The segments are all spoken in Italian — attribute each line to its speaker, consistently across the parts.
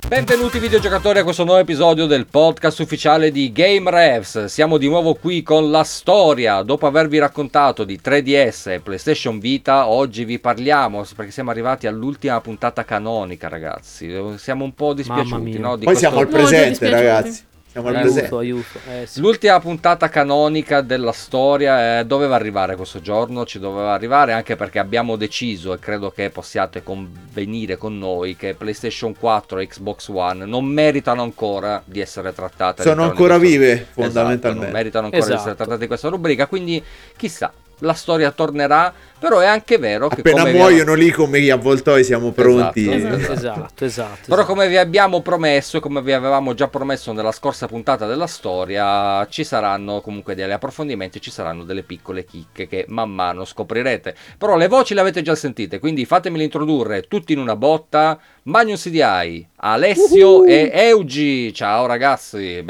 Speaker 1: Benvenuti videogiocatori a questo nuovo episodio del podcast ufficiale di GameRevs. Siamo di nuovo qui con la storia. Dopo avervi raccontato di 3DS e PlayStation Vita, oggi vi parliamo, perché siamo arrivati all'ultima puntata canonica, ragazzi. Siamo un po' dispiaciuti, no?
Speaker 2: Poi siamo al presente, ragazzi. Siamo al presente.
Speaker 3: Aiuto. Sì.
Speaker 1: L'ultima puntata canonica della storia doveva arrivare questo giorno, ci doveva arrivare anche perché abbiamo deciso, e credo che possiate convenire con noi, che PlayStation 4 e Xbox One non meritano ancora di essere trattate.
Speaker 2: Sono ancora vive, fondamentalmente.
Speaker 1: Esatto, non meritano ancora di essere trattate in questa rubrica, quindi chissà. La storia tornerà, però è anche vero che
Speaker 2: appena muoiono lì come gli avvoltoi siamo pronti.
Speaker 3: Esatto.
Speaker 1: Però come vi abbiamo promesso, come vi avevamo già promesso nella scorsa puntata della storia, ci saranno comunque degli approfondimenti, ci saranno delle piccole chicche che man mano scoprirete. Però le voci le avete già sentite, quindi fatemele introdurre tutti in una botta. Magnum CDI, Alessio e Eugi. Ciao ragazzi,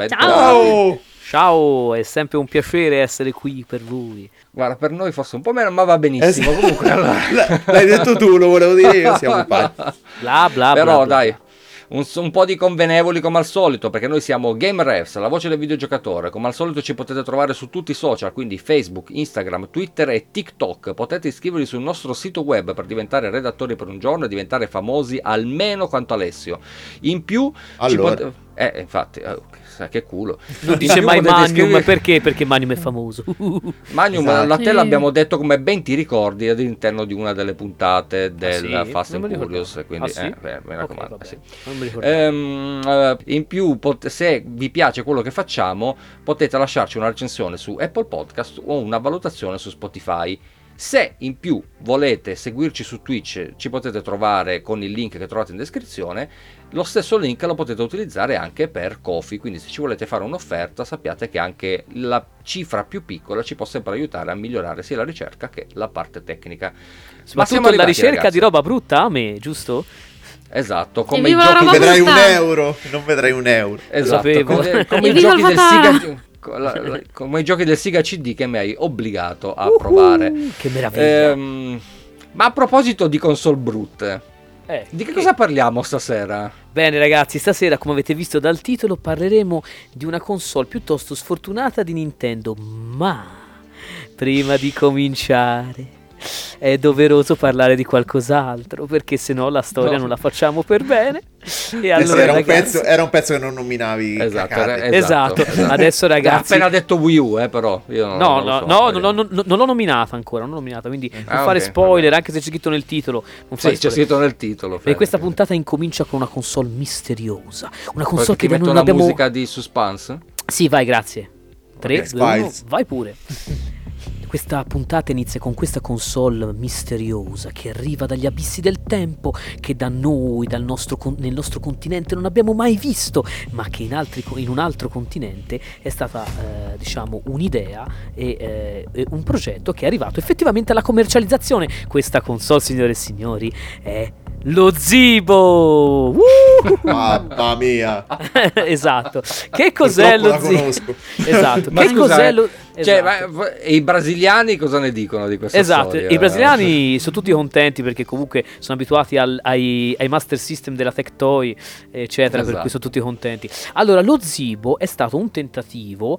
Speaker 3: Ciao, è sempre un piacere essere qui per voi.
Speaker 1: Guarda, per noi forse un po' meno, ma va benissimo. Comunque, allora...
Speaker 2: l'hai detto tu, lo volevo dire io, siamo pazzi.
Speaker 1: Però dai, un po' di convenevoli come al solito, perché noi siamo GameRevs, la voce del videogiocatore. Come al solito ci potete trovare su tutti i social, quindi Facebook, Instagram, Twitter e TikTok. Potete iscrivervi sul nostro sito web per diventare redattori per un giorno e diventare famosi almeno quanto Alessio. In più, infatti, che culo.
Speaker 3: Non dice mai Magnum, perché Magnum è famoso.
Speaker 1: Magnum, esatto. A te l'abbiamo detto, come ben ti ricordi, all'interno di una delle puntate del Fast and Furious, quindi mi raccomando.
Speaker 3: Okay,
Speaker 1: sì.
Speaker 3: Non mi ricordo.
Speaker 1: In più, se vi piace quello che facciamo, potete lasciarci una recensione su Apple Podcast o una valutazione su Spotify. Se in più volete seguirci su Twitch, ci potete trovare con il link che trovate in descrizione. Lo stesso link lo potete utilizzare anche per Ko-fi, quindi se ci volete fare un'offerta sappiate che anche la cifra più piccola ci può sempre aiutare a migliorare sia la ricerca che la parte tecnica.
Speaker 3: Ma siamo alla ricerca, ragazzi, di roba brutta, a me, giusto?
Speaker 1: Esatto, come i giochi
Speaker 2: vedrai €1, non vedrai €1.
Speaker 1: Esatto, come i giochi del Sega, come i giochi del Sega CD che mi hai obbligato a provare.
Speaker 3: Che meraviglia.
Speaker 1: Ma a proposito di console brutte, di che cosa parliamo stasera?
Speaker 3: Bene ragazzi, stasera, come avete visto dal titolo, parleremo di una console piuttosto sfortunata di Nintendo. Ma prima di cominciare è doveroso parlare di qualcos'altro, perché se no la storia non la facciamo per bene. E allora,
Speaker 2: era un pezzo che non nominavi.
Speaker 3: Esatto. Adesso ragazzi,
Speaker 1: ha appena detto Wii U, però io non
Speaker 3: l'ho nominata ancora, quindi non fare spoiler, anche se c'è scritto nel titolo.
Speaker 1: C'è scritto nel titolo.
Speaker 3: E questa puntata incomincia con una console misteriosa, una console che
Speaker 1: non abbiamo musica di suspense?
Speaker 3: Sì, vai, grazie. 3, 2, 1, vai pure. Questa puntata inizia con questa console misteriosa che arriva dagli abissi del tempo, che da noi, nel nostro continente non abbiamo mai visto, ma che in un altro continente è stata un'idea e un progetto che è arrivato effettivamente alla commercializzazione. Questa console, signore e signori, è lo Zibo!
Speaker 2: Mamma mia!
Speaker 3: Esatto. Che cos'è lo Zibo? Esatto.
Speaker 1: Ma che cos'è lo... e i brasiliani cosa ne dicono di questa storia?
Speaker 3: I brasiliani sono tutti contenti perché comunque sono abituati ai Master System della Tectoy, eccetera, per cui sono tutti contenti. Allora, lo Zibo è stato un tentativo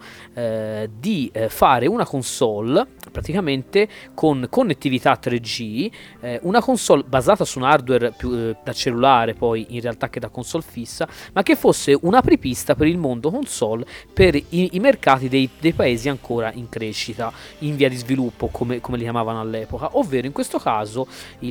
Speaker 3: di fare una console praticamente con connettività 3G, una console basata su un hardware più da cellulare poi in realtà che da console fissa, ma che fosse un'apripista per il mondo console, per i mercati dei paesi ancora in crescita, in via di sviluppo, come li chiamavano all'epoca, ovvero in questo caso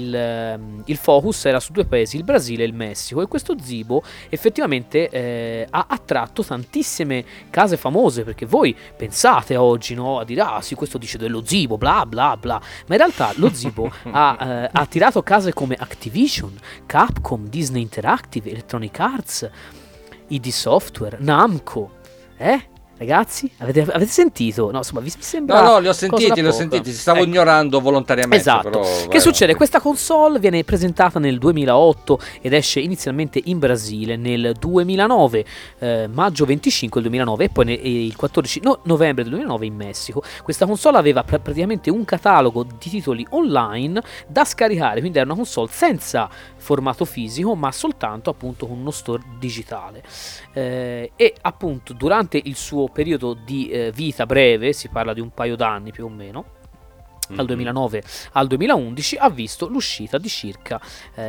Speaker 3: il focus era su due paesi, il Brasile e il Messico, e questo Zibo effettivamente ha attratto tantissime case famose, perché voi pensate oggi, no, a dire sì, questo dice dello Zibo, bla bla bla, ma in realtà lo Zibo ha attirato case come Activision, Capcom, Disney Interactive, Electronic Arts, ID Software, Namco, Ragazzi, avete sentito? No, insomma, vi sembra...
Speaker 1: No, li ho sentiti, stavo ignorando volontariamente.
Speaker 3: Esatto.
Speaker 1: Però,
Speaker 3: che succede? Questa console viene presentata nel 2008 ed esce inizialmente in Brasile nel 2009, maggio 25 del 2009, e poi il 14 novembre del 2009 in Messico. Questa console aveva praticamente un catalogo di titoli online da scaricare, quindi era una console senza formato fisico, ma soltanto appunto con uno store digitale. E appunto durante il suo periodo di vita breve, si parla di un paio d'anni più o meno, dal 2009 al 2011, ha visto l'uscita di circa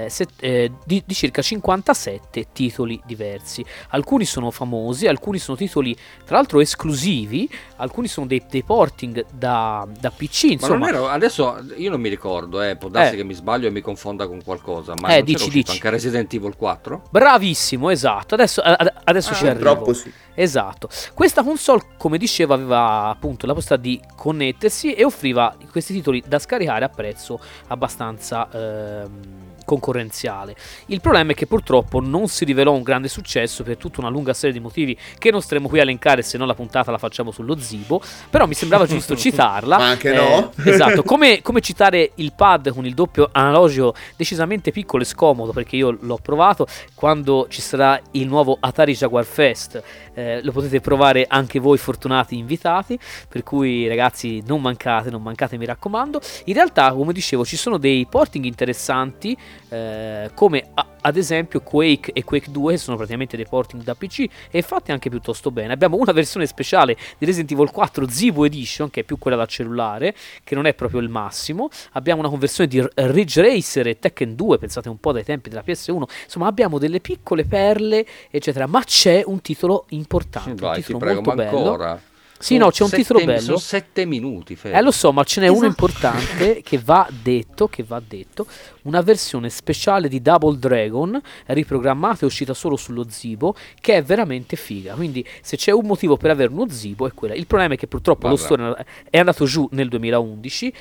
Speaker 3: 57 titoli diversi. Alcuni sono famosi, alcuni sono titoli tra l'altro esclusivi, alcuni sono dei porting da PC, insomma.
Speaker 1: Ma non ero, adesso io non mi ricordo, può darsi che mi sbaglio e mi confonda con qualcosa, ma non dici. Anche Resident Evil 4?
Speaker 3: Bravissimo, esatto, adesso ci arrivo.
Speaker 2: Troppo sì.
Speaker 3: Esatto. Questa console, come dicevo, aveva appunto la possibilità di connettersi e offriva questi titoli da scaricare a prezzo abbastanza concorrenziale. Il problema è che purtroppo non si rivelò un grande successo per tutta una lunga serie di motivi che non staremo qui a elencare, se no la puntata la facciamo sullo Zibo, però mi sembrava giusto citarla.
Speaker 2: Ma anche no.
Speaker 3: Esatto, come citare il pad con il doppio analogico decisamente piccolo e scomodo, perché io l'ho provato. Quando ci sarà il nuovo Atari Jaguar Fest lo potete provare anche voi fortunati invitati, per cui ragazzi non mancate, mi raccomando. In realtà, come dicevo, ci sono dei porting interessanti, come ad esempio Quake e Quake 2, che sono praticamente dei porting da PC e fatti anche piuttosto bene. Abbiamo una versione speciale di Resident Evil 4 Zibo Edition, che è più quella da cellulare, che non è proprio il massimo. Abbiamo una conversione di Ridge Racer e Tekken 2, pensate un po' dai tempi della PS1. Insomma, abbiamo delle piccole perle, eccetera, ma c'è un titolo importante, un titolo molto bello.
Speaker 1: Ancora.
Speaker 3: Sì, no, c'è un titolo bello.
Speaker 1: Sono 7 minuti. Fede.
Speaker 3: Lo so, ma ce n'è uno importante che va detto. Una versione speciale di Double Dragon, riprogrammata e uscita solo sullo Zibo, che è veramente figa. Quindi, se c'è un motivo per avere uno Zibo, è quella. Il problema è che purtroppo lo store è andato giù nel 2011.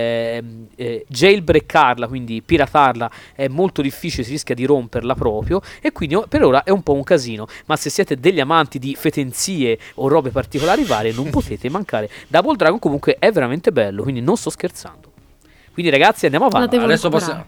Speaker 3: Jailbreakarla, quindi piratarla, è molto difficile, si rischia di romperla proprio. E quindi per ora è un po' un casino. Ma se siete degli amanti di fetenzie o robe particolari varie, non potete mancare. Double Dragon comunque è veramente bello, quindi non sto scherzando. Quindi ragazzi, andiamo avanti.
Speaker 1: Adesso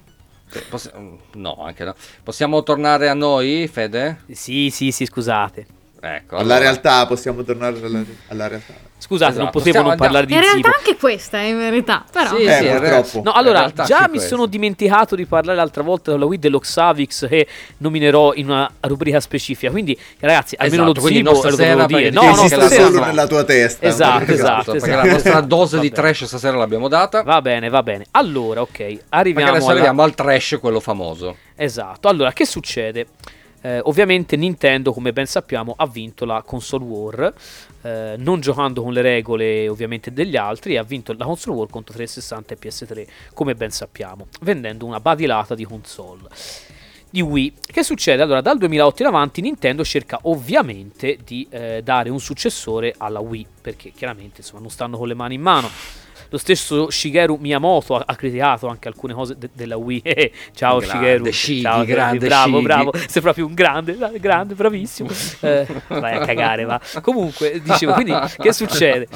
Speaker 1: no, anche no. Possiamo tornare a noi, Fede?
Speaker 3: Sì, scusate.
Speaker 1: Ecco,
Speaker 2: alla realtà, possiamo tornare alla realtà.
Speaker 3: Scusate, esatto, non potevo non parlare di
Speaker 4: in
Speaker 3: Zibo.
Speaker 4: realtà anche questa è in verità, però.
Speaker 1: Sì,
Speaker 2: purtroppo.
Speaker 3: No, allora, già mi sono dimenticato di parlare l'altra volta della Wii dello Xavix, che nominerò in una rubrica specifica. Quindi, ragazzi, almeno lo Zibo lo dovevo dire.
Speaker 2: No, esiste solo nella tua testa.
Speaker 3: Esatto.
Speaker 1: Perché la nostra dose di trash stasera l'abbiamo data.
Speaker 3: Va bene. Allora, ok,
Speaker 1: arriviamo al trash, quello famoso.
Speaker 3: Esatto. Allora, che succede? Ovviamente Nintendo, come ben sappiamo, ha vinto la console war, non giocando con le regole ovviamente degli altri, e ha vinto la console war contro 360 e PS3, come ben sappiamo, vendendo una badilata di console di Wii. Che succede? Allora, dal 2008 in avanti Nintendo cerca ovviamente di dare un successore alla Wii, perché chiaramente insomma non stanno con le mani in mano. Lo stesso Shigeru Miyamoto ha criticato anche alcune cose della Wii. Ciao
Speaker 1: grande
Speaker 3: Shigeru, ciao, bravo, sei proprio un grande, bravissimo. Vai a cagare, va. Comunque, dicevo, quindi che succede?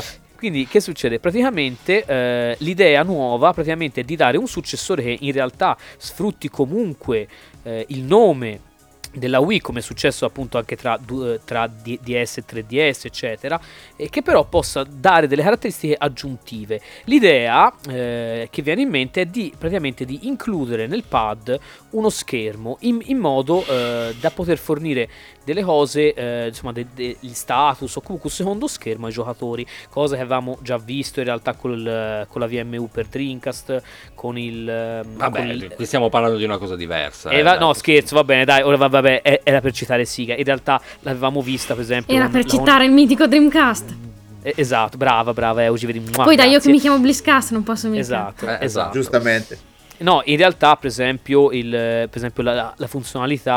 Speaker 3: Praticamente l'idea nuova praticamente è di dare un successore che in realtà sfrutti comunque il nome della Wii, come è successo appunto anche tra DS e 3DS eccetera, e che però possa dare delle caratteristiche aggiuntive. L'idea che viene in mente è praticamente di includere nel pad uno schermo in modo da poter fornire delle cose, insomma degli status o comunque un secondo schermo ai giocatori, cosa che avevamo già visto in realtà con la VMU per Dreamcast, con il
Speaker 1: qui stiamo parlando di una cosa diversa.
Speaker 3: No, scherzo, va bene, dai, ora vabbè, era per citare Sega. In realtà l'avevamo vista, per esempio.
Speaker 4: Era per citare il mitico Dreamcast.
Speaker 3: Esatto, brava, Eugi, vedi.
Speaker 4: Poi dai, io che mi chiamo Blizzcast non posso mica.
Speaker 3: Esatto.
Speaker 2: Giustamente.
Speaker 3: No, in realtà, per esempio, la funzionalità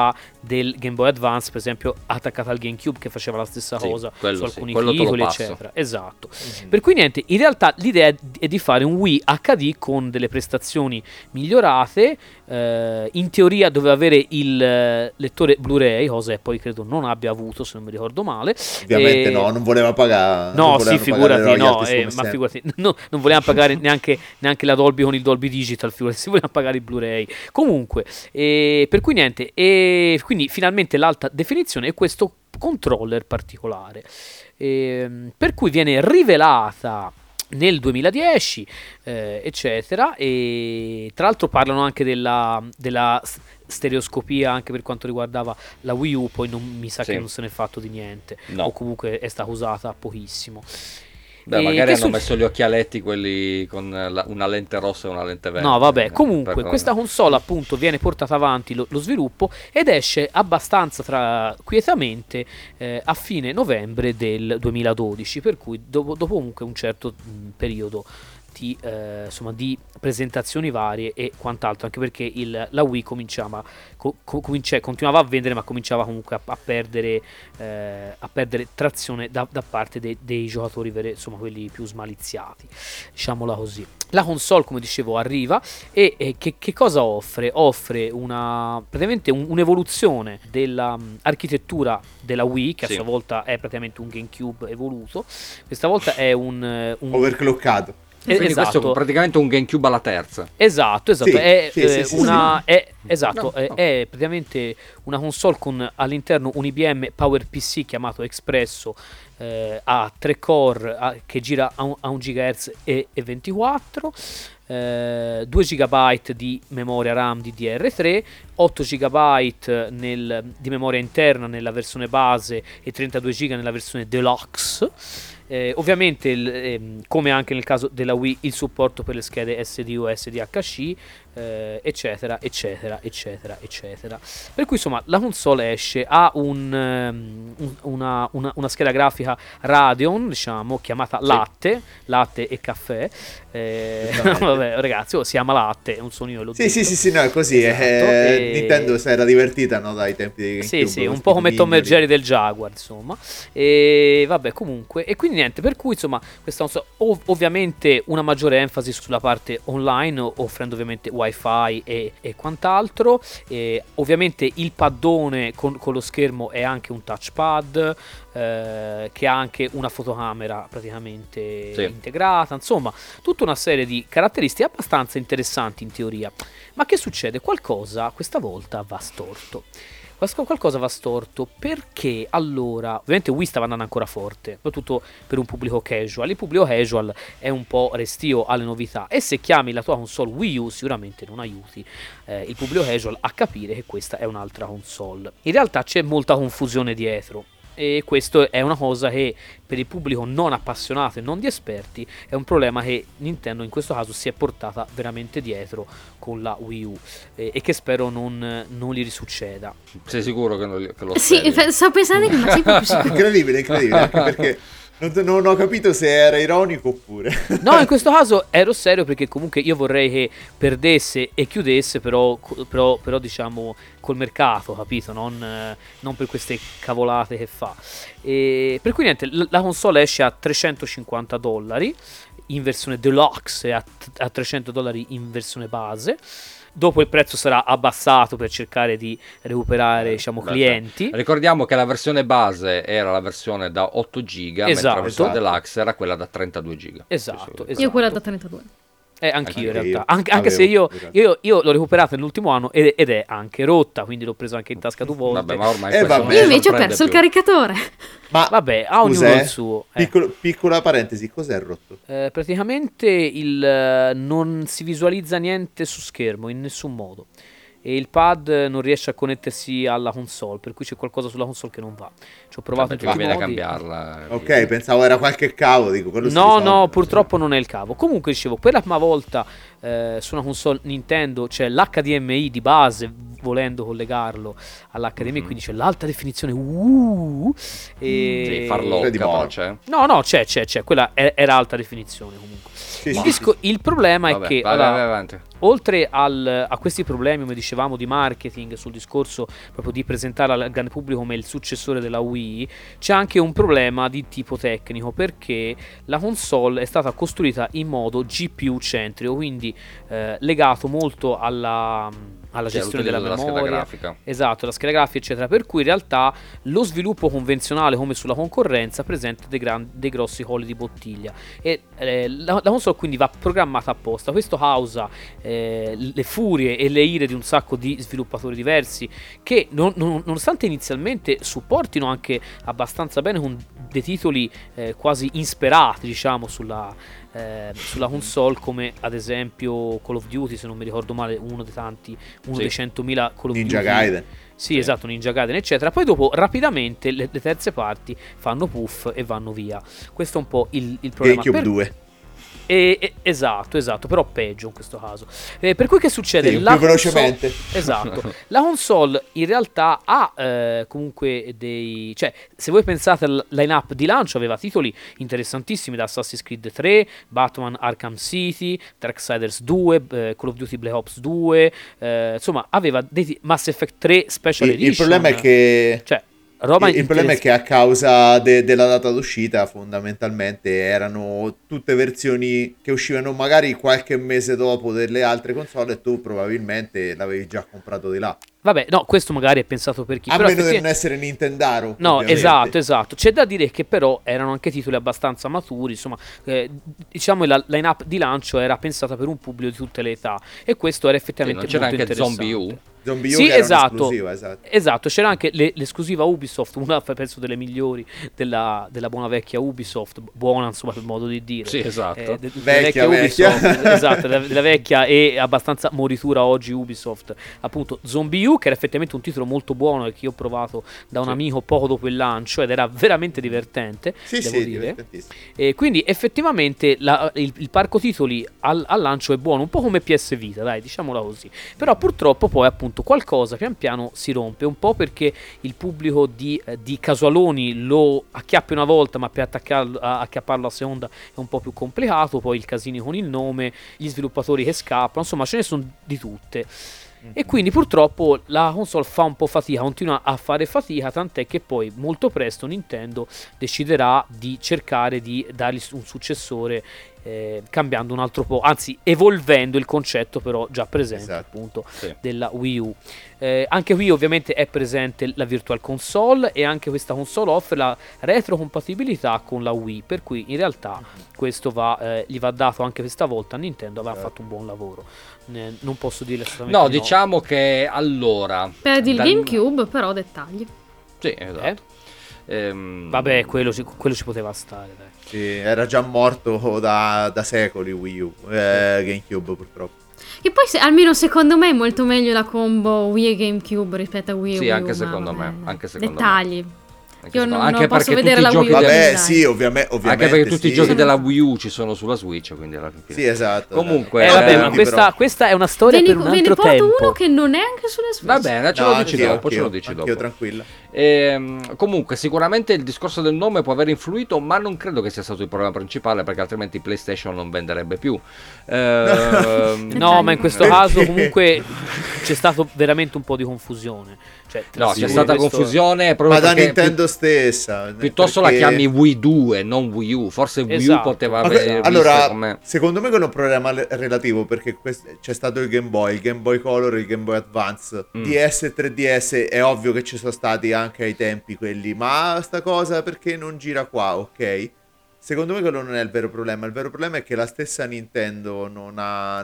Speaker 3: del Game Boy Advance, per esempio, attaccata al GameCube, che faceva la stessa cosa su alcuni titoli, eccetera. Esatto. Per cui niente, in realtà l'idea è di fare un Wii HD con delle prestazioni migliorate. In teoria doveva avere il lettore Blu-ray, cosa che poi credo non abbia avuto, se non mi ricordo male.
Speaker 2: Ovviamente no, non voleva pagare.
Speaker 3: No, sì, figurati, no, non volevamo pagare neanche la Dolby con il Dolby Digital, figurati, si volevano pagare il Blu-ray. Comunque, per cui niente, e quindi finalmente l'alta definizione è questo controller particolare, per cui viene rivelata nel 2010, eccetera, e tra l'altro parlano anche della stereoscopia anche per quanto riguardava la Wii U, poi non mi sa che non se ne è fatto di niente, o comunque è stata usata pochissimo.
Speaker 1: Beh, magari hanno messo gli occhialetti, quelli con una lente rossa e una lente verde.
Speaker 3: No, vabbè, comunque questa console appunto viene portata avanti lo sviluppo ed esce abbastanza quietamente a fine novembre del 2012, per cui dopo comunque un certo periodo di presentazioni varie e quant'altro, anche perché la Wii continuava a vendere, ma cominciava comunque a perdere trazione da parte dei giocatori insomma quelli più smaliziati, diciamola così. La console, come dicevo, arriva e che cosa offre? Offre praticamente un'evoluzione dell'architettura della Wii, che a sua volta è praticamente un GameCube evoluto. Questa volta è un
Speaker 2: overclockato.
Speaker 1: Quindi
Speaker 3: esatto.
Speaker 1: Questo è praticamente un GameCube alla terza.
Speaker 3: Esatto.
Speaker 2: Sì,
Speaker 3: è praticamente una console con all'interno un IBM PowerPC chiamato Expresso a 3 core che gira a 1 GHz e 24, 2 GB di memoria RAM DDR3, 8 GB di memoria interna nella versione base e 32 GB nella versione Deluxe. Ovviamente come anche nel caso della Wii, il supporto per le schede SD o SDHC, eccetera. Per cui insomma la console esce, ha una scheda grafica Radeon, diciamo, chiamata Latte e caffè. Vabbè, ragazzi, si chiama Latte, è un suono, io l'ho detto.
Speaker 2: Sì, no, è così.
Speaker 3: Esatto,
Speaker 2: Nintendo si era divertita, no, dai tempi di GameCube.
Speaker 3: Sì, un po' come Tom e Jerry del Jaguar, insomma. E vabbè, comunque, e quindi niente, per cui insomma questa ovviamente una maggiore enfasi sulla parte online, offrendo ovviamente wifi e quant'altro. Ovviamente il paddone con lo schermo è anche un touchpad, che ha anche una fotocamera praticamente integrata, insomma tutta una serie di caratteristiche abbastanza interessanti in teoria. Ma che succede? Qualcosa questa volta va storto. Qualcosa va storto perché allora ovviamente Wii stava andando ancora forte, soprattutto per un pubblico casual. Il pubblico casual è un po' restio alle novità, e se chiami la tua console Wii U sicuramente non aiuti il pubblico casual a capire che questa è un'altra console. In realtà c'è molta confusione dietro, e questo è una cosa che per il pubblico non appassionato e non di esperti è un problema che Nintendo in questo caso si è portata veramente dietro con la Wii U, e che spero non gli risucceda.
Speaker 1: Sei sicuro che lo
Speaker 4: speri? Sì, sto pensando che non sei proprio sicuro.
Speaker 2: Incredibile, anche perché non ho capito se era ironico oppure.
Speaker 3: No, in questo caso ero serio, perché comunque io vorrei che perdesse e chiudesse, però diciamo col mercato, capito? Non per queste cavolate che fa. E per cui niente, la console esce a $350 in versione deluxe e a $300 in versione base. Dopo il prezzo sarà abbassato per cercare di recuperare, clienti.
Speaker 1: Ricordiamo che la versione base era la versione da 8 giga, mentre la versione deluxe era quella da 32 giga.
Speaker 3: Esatto.
Speaker 4: Io quella da 32.
Speaker 3: Anch'io in realtà, anche se io l'ho recuperata nell'ultimo anno ed è anche rotta, quindi l'ho preso anche in tasca 2 volte.
Speaker 1: Vabbè, ma ormai
Speaker 4: io invece ho perso il caricatore.
Speaker 2: Ma
Speaker 3: vabbè, ha ognuno il suo.
Speaker 2: Piccola parentesi, cos'è rotto?
Speaker 3: Praticamente non si visualizza niente su schermo in nessun modo, e il pad non riesce a connettersi alla console, per cui c'è qualcosa sulla console che non va. Ci ho provato in tutti i modi.
Speaker 1: Cambiarla.
Speaker 2: Ok, pensavo era qualche cavo, dico quello.
Speaker 3: No, purtroppo non è il cavo. Comunque dicevo, per la prima volta su una console Nintendo c'è l'HDMI di base, volendo collegarlo all'HDMI, quindi c'è l'alta definizione.
Speaker 1: Sì, farlocca, però c'è.
Speaker 3: No, c'è, quella era alta definizione comunque. Il problema è che oltre a questi problemi, come dicevamo, di marketing, sul discorso proprio di presentare al grande pubblico come il successore della Wii, c'è anche un problema di tipo tecnico, perché la console è stata costruita in modo GPU centrico, quindi legato molto alla gestione della memoria,
Speaker 1: scheda grafica.
Speaker 3: Esatto, la scheda grafica eccetera, per cui in realtà lo sviluppo convenzionale come sulla concorrenza presenta dei grossi colli di bottiglia, e la console quindi va programmata apposta. Questo causa le furie e le ire di un sacco di sviluppatori diversi che nonostante inizialmente supportino anche abbastanza bene con dei titoli quasi insperati, diciamo, sulla console, come ad esempio Call of Duty, se non mi ricordo male, uno dei tanti, dei 100.000 Call of
Speaker 2: Ninja
Speaker 3: Duty.
Speaker 2: Gaiden.
Speaker 3: Sì, esatto, Ninja Gaiden eccetera. Poi dopo rapidamente le terze parti fanno puff e vanno via. Questo è un po' il problema.
Speaker 2: GameCube 2.
Speaker 3: Esatto, però peggio in questo caso. Per cui che succede?
Speaker 2: Sì, più velocemente.
Speaker 3: Esatto. La console in realtà ha comunque dei... Cioè, se voi pensate al line-up di lancio, aveva titoli interessantissimi da Assassin's Creed 3, Batman Arkham City, Darksiders 2, Call of Duty Black Ops 2, insomma, aveva dei Mass Effect 3 Special Edition.
Speaker 2: Il problema è che...
Speaker 3: Cioè,
Speaker 2: il problema è che a causa della data d'uscita fondamentalmente erano tutte versioni che uscivano magari qualche mese dopo delle altre console e tu probabilmente l'avevi già comprato di là.
Speaker 3: Vabbè, no, questo magari è pensato per chi...
Speaker 2: A meno di non essere Nintendaro.
Speaker 3: No,
Speaker 2: ovviamente.
Speaker 3: esatto. C'è da dire che però erano anche titoli abbastanza maturi, insomma, diciamo la line-up di lancio era pensata per un pubblico di tutte le età, e questo era effettivamente
Speaker 1: c'era
Speaker 3: molto
Speaker 1: anche
Speaker 3: interessante.
Speaker 1: Zombie U.
Speaker 2: Zombie U
Speaker 3: sì,
Speaker 2: che era
Speaker 3: esatto.
Speaker 2: Esatto,
Speaker 3: c'era anche l'esclusiva Ubisoft, una penso delle migliori della buona vecchia Ubisoft, buona insomma per modo di dire.
Speaker 1: Sì, esatto.
Speaker 2: Vecchia.
Speaker 3: Ubisoft, esatto, della vecchia e abbastanza moritura oggi Ubisoft, appunto Zombie U, che era effettivamente un titolo molto buono e che io ho provato da un amico poco dopo il lancio ed era veramente divertente, devo dire. E quindi effettivamente il parco titoli al lancio è buono, un po' come PS Vita, dai, diciamola così. Però purtroppo poi appunto qualcosa pian piano si rompe, un po' perché il pubblico di casualoni lo acchiappi una volta, ma per acchiapparlo a seconda è un po' più complicato, poi il casino con il nome, gli sviluppatori che scappano, insomma ce ne sono di tutte. E quindi purtroppo la console fa un po' fatica, continua a fare fatica, tant'è che poi molto presto Nintendo deciderà di cercare di dargli un successore, cambiando un altro po', anzi evolvendo il concetto però già presente, esatto, appunto della Wii U. Anche qui ovviamente è presente la Virtual Console, e anche questa console offre la retrocompatibilità con la Wii, per cui in realtà questo gli va dato anche questa volta a Nintendo. Aveva fatto un buon lavoro, non posso dire assolutamente
Speaker 1: no. Diciamo che allora
Speaker 4: per il GameCube però dettagli.
Speaker 1: Sì, esatto.
Speaker 3: Vabbè, quello ci poteva stare, dai.
Speaker 2: Sì, era già morto da secoli Wii U, GameCube purtroppo.
Speaker 4: E poi almeno secondo me è molto meglio la combo Wii e GameCube rispetto a Wii e
Speaker 1: sì,
Speaker 4: Wii U.
Speaker 1: anche secondo me.
Speaker 4: Dettagli. Io non
Speaker 1: anche
Speaker 4: posso vedere la Wii U.
Speaker 2: Vabbè, sì, ovviamente.
Speaker 1: Anche perché tutti i giochi della Wii U ci sono sulla Switch, quindi alla fine.
Speaker 2: Sì, esatto.
Speaker 1: Comunque,
Speaker 3: vabbè, ma questa è una storia per un altro tempo.
Speaker 4: Ve ne porto uno che non è anche sulla Switch.
Speaker 1: Va bene, ce lo dici dopo.
Speaker 2: Io tranquilla.
Speaker 1: Comunque, sicuramente il discorso del nome può aver influito, ma non credo che sia stato il problema principale, perché altrimenti PlayStation non venderebbe più.
Speaker 3: No, ma in questo caso comunque c'è stato veramente un po' di confusione. Cioè,
Speaker 1: no, c'è stata confusione proprio,
Speaker 2: ma da Nintendo stessa.
Speaker 1: Piuttosto la chiami Wii 2, non Wii U. Forse Wii U poteva avere.
Speaker 2: Allora, secondo me quello è un problema relativo, perché c'è stato il Game Boy Color, il Game Boy Advance, DS e 3DS. È ovvio che ci sono stati anche ai tempi quelli, ma sta cosa perché non gira qua, ok? Secondo me quello non è il vero problema. Il vero problema è che la stessa Nintendo non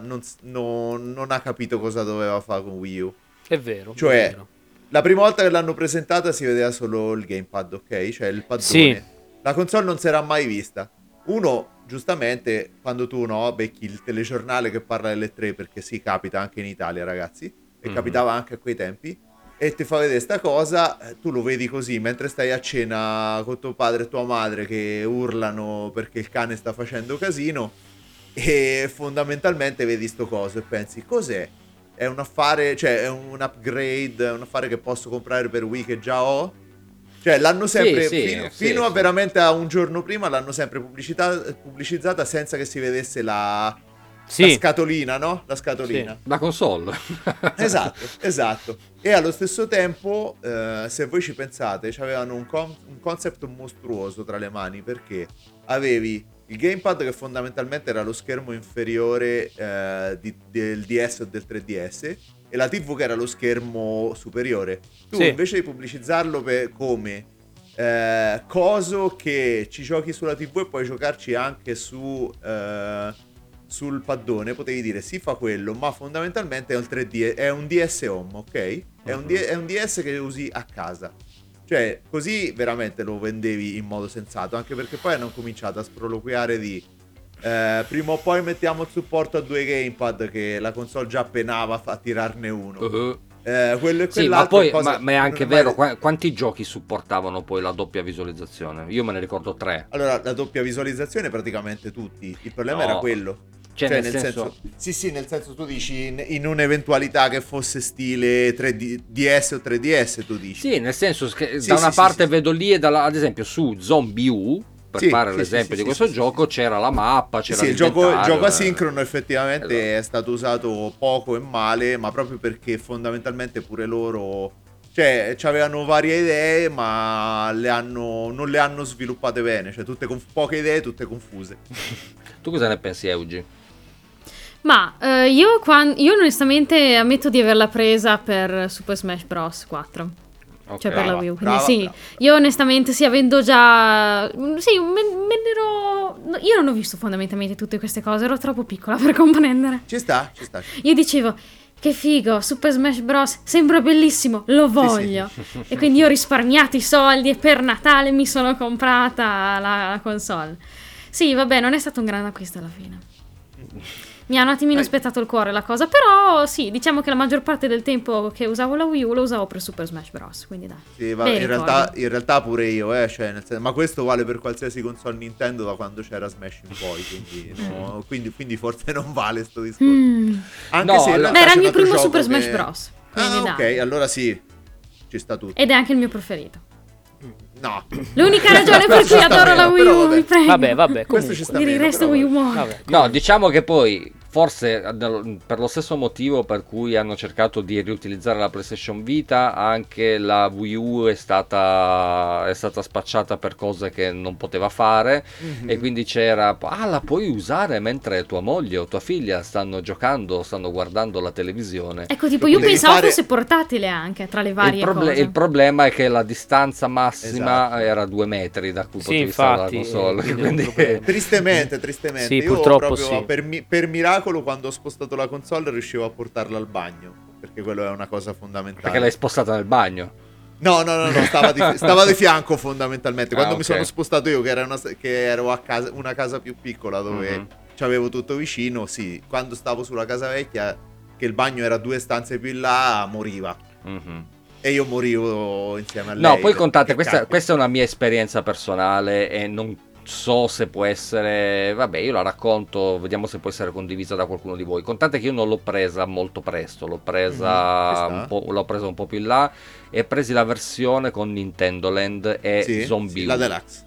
Speaker 2: ha capito cosa doveva fare con Wii U.
Speaker 3: È vero.
Speaker 2: Cioè,
Speaker 3: è vero.
Speaker 2: La prima volta che l'hanno presentata si vedeva solo il gamepad, ok? Cioè il paddone.
Speaker 3: Sì.
Speaker 2: La console non si era mai vista. Uno, giustamente, quando tu becchi il telegiornale che parla delle 3, perché sì, capita anche in Italia, ragazzi, e capitava anche a quei tempi, e ti fa vedere sta cosa, tu lo vedi così, mentre stai a cena con tuo padre e tua madre che urlano perché il cane sta facendo casino, e fondamentalmente vedi sto coso e pensi cos'è? È un affare, cioè è un upgrade, è un affare che posso comprare per Wii che già ho? Cioè l'hanno sempre, fino a veramente a un giorno prima, l'hanno sempre pubblicizzata senza che si vedesse la scatolina, no? La scatolina.
Speaker 1: La console.
Speaker 2: Esatto. E allo stesso tempo, se voi ci pensate, avevano un concept mostruoso tra le mani, perché avevi il gamepad che fondamentalmente era lo schermo inferiore del DS o del 3DS, e la TV che era lo schermo superiore. Tu invece di pubblicizzarlo come coso che ci giochi sulla TV e puoi giocarci anche sul paddone, potevi dire sì, fa quello, ma fondamentalmente è un 3D, è un DS Home, ok? È un DS che usi a casa. Cioè, così veramente lo vendevi in modo sensato, anche perché poi hanno cominciato a sproloquiare di prima o poi mettiamo il supporto a 2 gamepad, che la console già penava a tirarne uno. Quello e
Speaker 1: sì, ma poi ma è anche vero, quanti giochi supportavano poi la doppia visualizzazione? Io me ne ricordo 3.
Speaker 2: Allora, la doppia visualizzazione praticamente tutti. Il problema era quello.
Speaker 1: Cioè nel senso...
Speaker 2: Sì, nel senso tu dici in un'eventualità che fosse stile 3D, DS o 3DS, tu dici.
Speaker 1: Sì, nel senso che da una parte vedo lì e ad esempio su Zombie U, per fare l'esempio di questo gioco, c'era la mappa, c'era
Speaker 2: il gioco asincrono effettivamente è stato usato poco e male, ma proprio perché fondamentalmente pure loro, cioè, avevano varie idee, ma non le hanno sviluppate bene, cioè tutte poche idee, tutte confuse.
Speaker 1: Tu cosa ne pensi, Eugi?
Speaker 4: Ma io onestamente ammetto di averla presa per Super Smash Bros. 4.
Speaker 1: Okay.
Speaker 4: Cioè per la Wii U. Quindi
Speaker 2: Brava.
Speaker 4: Io onestamente avendo già... Sì, io non ho visto fondamentalmente tutte queste cose, ero troppo piccola per comprendere.
Speaker 2: Ci sta.
Speaker 4: Io dicevo, che figo, Super Smash Bros. Sembra bellissimo, lo voglio. Sì. E quindi io ho risparmiato i soldi e per Natale mi sono comprata la console. Sì, vabbè, non è stato un grande acquisto alla fine. Mi ha un attimino spettato il cuore la cosa, però sì, diciamo che la maggior parte del tempo che usavo la Wii U lo usavo per Super Smash Bros. Quindi dai.
Speaker 2: Sì, in realtà pure io, cioè, nel senso, ma questo vale per qualsiasi console Nintendo da quando c'era Smash in poi, quindi forse non vale sto discorso. Anche se
Speaker 4: era il mio primo Super Smash Bros.
Speaker 2: Ok, allora sì, ci sta tutto.
Speaker 4: Ed è anche il mio preferito.
Speaker 2: No.
Speaker 4: L'unica ragione per cui adoro la Wii U, mi prego.
Speaker 3: Vabbè,
Speaker 2: questo ci sta
Speaker 4: per il resto Wii U muore.
Speaker 1: No, diciamo che poi forse per lo stesso motivo per cui hanno cercato di riutilizzare la PlayStation Vita, anche la Wii U è stata spacciata per cose che non poteva fare, e quindi c'era la puoi usare mentre tua moglie o tua figlia stanno giocando, stanno guardando la televisione.
Speaker 4: Ecco, tipo io pensavo fosse portatile anche tra le varie cose.
Speaker 1: Il problema è che la distanza massima era 2 metri da cui potevi stare la console, quindi...
Speaker 2: tristemente
Speaker 3: sì,
Speaker 2: io
Speaker 3: purtroppo
Speaker 2: proprio per miracolo quando ho spostato la console riuscivo a portarla al bagno, perché quello è una cosa fondamentale.
Speaker 1: Perché l'hai spostata nel bagno?
Speaker 2: No, stava di fianco fondamentalmente. Quando mi sono spostato io, che ero a casa, una casa più piccola dove c'avevo tutto vicino, sì, quando stavo sulla casa vecchia, che il bagno era 2 stanze più in là, moriva. E io morivo insieme a lei.
Speaker 1: No, poi contate, questa è una mia esperienza personale e non so se può essere, vabbè, io la racconto, vediamo se può essere condivisa da qualcuno di voi. Contate che io non l'ho presa molto presto, l'ho presa un po' più in là, e presi la versione con Nintendo Land e Zombie U.
Speaker 2: La Deluxe.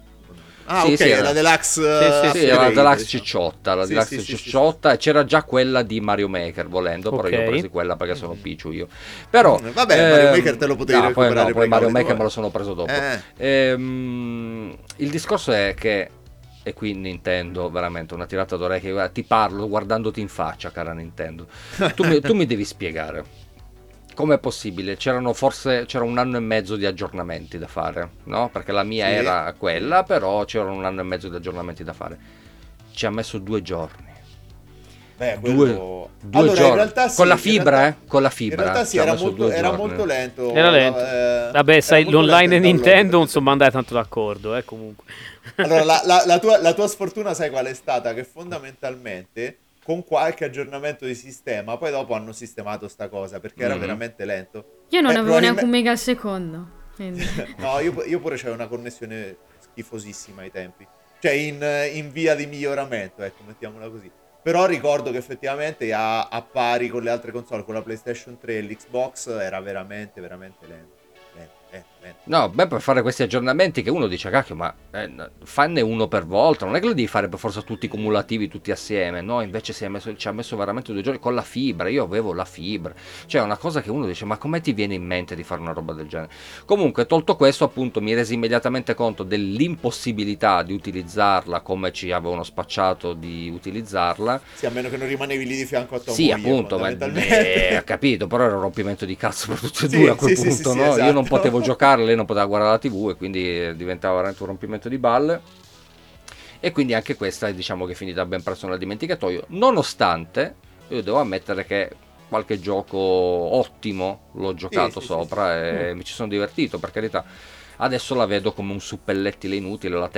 Speaker 2: La Deluxe.
Speaker 1: La Deluxe cicciotta, cicciotta, e c'era già quella di Mario Maker volendo, però io ho preso quella perché sono picciu io. Però
Speaker 2: vabbè, Mario Maker te lo potevi recuperare
Speaker 1: poi Mario Maker me lo sono preso dopo. Il discorso è che, e qui Nintendo veramente una tirata d'orecchie, ti parlo guardandoti in faccia, cara Nintendo. Tu mi devi spiegare com'è possibile. C'era 1 anno e mezzo di aggiornamenti da fare, no? Perché la mia era quella, però c'erano 1 anno e mezzo di aggiornamenti da fare. Ci ha messo 2 giorni. Due
Speaker 2: allora,
Speaker 1: giorni.
Speaker 2: In realtà
Speaker 1: con la fibra, con la fibra.
Speaker 2: In realtà sì, era molto lento.
Speaker 3: Era lento. Vabbè, sai, l'online Nintendo non sono andati tanto d'accordo, comunque.
Speaker 2: Allora, la tua sfortuna sai qual è stata? Che fondamentalmente con qualche aggiornamento di sistema poi dopo hanno sistemato sta cosa, perché era veramente lento.
Speaker 4: Io non avevo neanche un mega al secondo, quindi.
Speaker 2: No, io pure c'avevo una connessione schifosissima ai tempi, cioè in via di miglioramento, ecco, mettiamola così. Però ricordo che effettivamente a pari con le altre console, con la PlayStation 3 e l'Xbox, era veramente lento.
Speaker 1: No, beh, per fare questi aggiornamenti che uno dice, cacchio, ma fanne uno per volta, non è che lo devi fare per forza tutti cumulativi, tutti assieme, no, invece ci ha messo veramente 2 giorni con la fibra, io avevo la fibra, cioè è una cosa che uno dice, ma come ti viene in mente di fare una roba del genere? Comunque, tolto questo, appunto, mi resi immediatamente conto dell'impossibilità di utilizzarla come ci avevano spacciato di utilizzarla.
Speaker 2: Sì, a meno che non rimanevi lì di fianco a tua
Speaker 1: sì,
Speaker 2: moglie,
Speaker 1: appunto, ho capito, però era un rompimento di cazzo per tutti e due a quel punto,
Speaker 2: sì,
Speaker 1: no?
Speaker 2: esatto.
Speaker 1: Io non potevo giocare, lei non poteva guardare la TV e quindi diventava veramente un rompimento di balle. E quindi anche questa diciamo che è finita ben presto nel dimenticatoio, nonostante io devo ammettere che qualche gioco ottimo l'ho giocato sopra e mi ci sono divertito, per carità. Adesso la vedo come un suppellettile inutile, la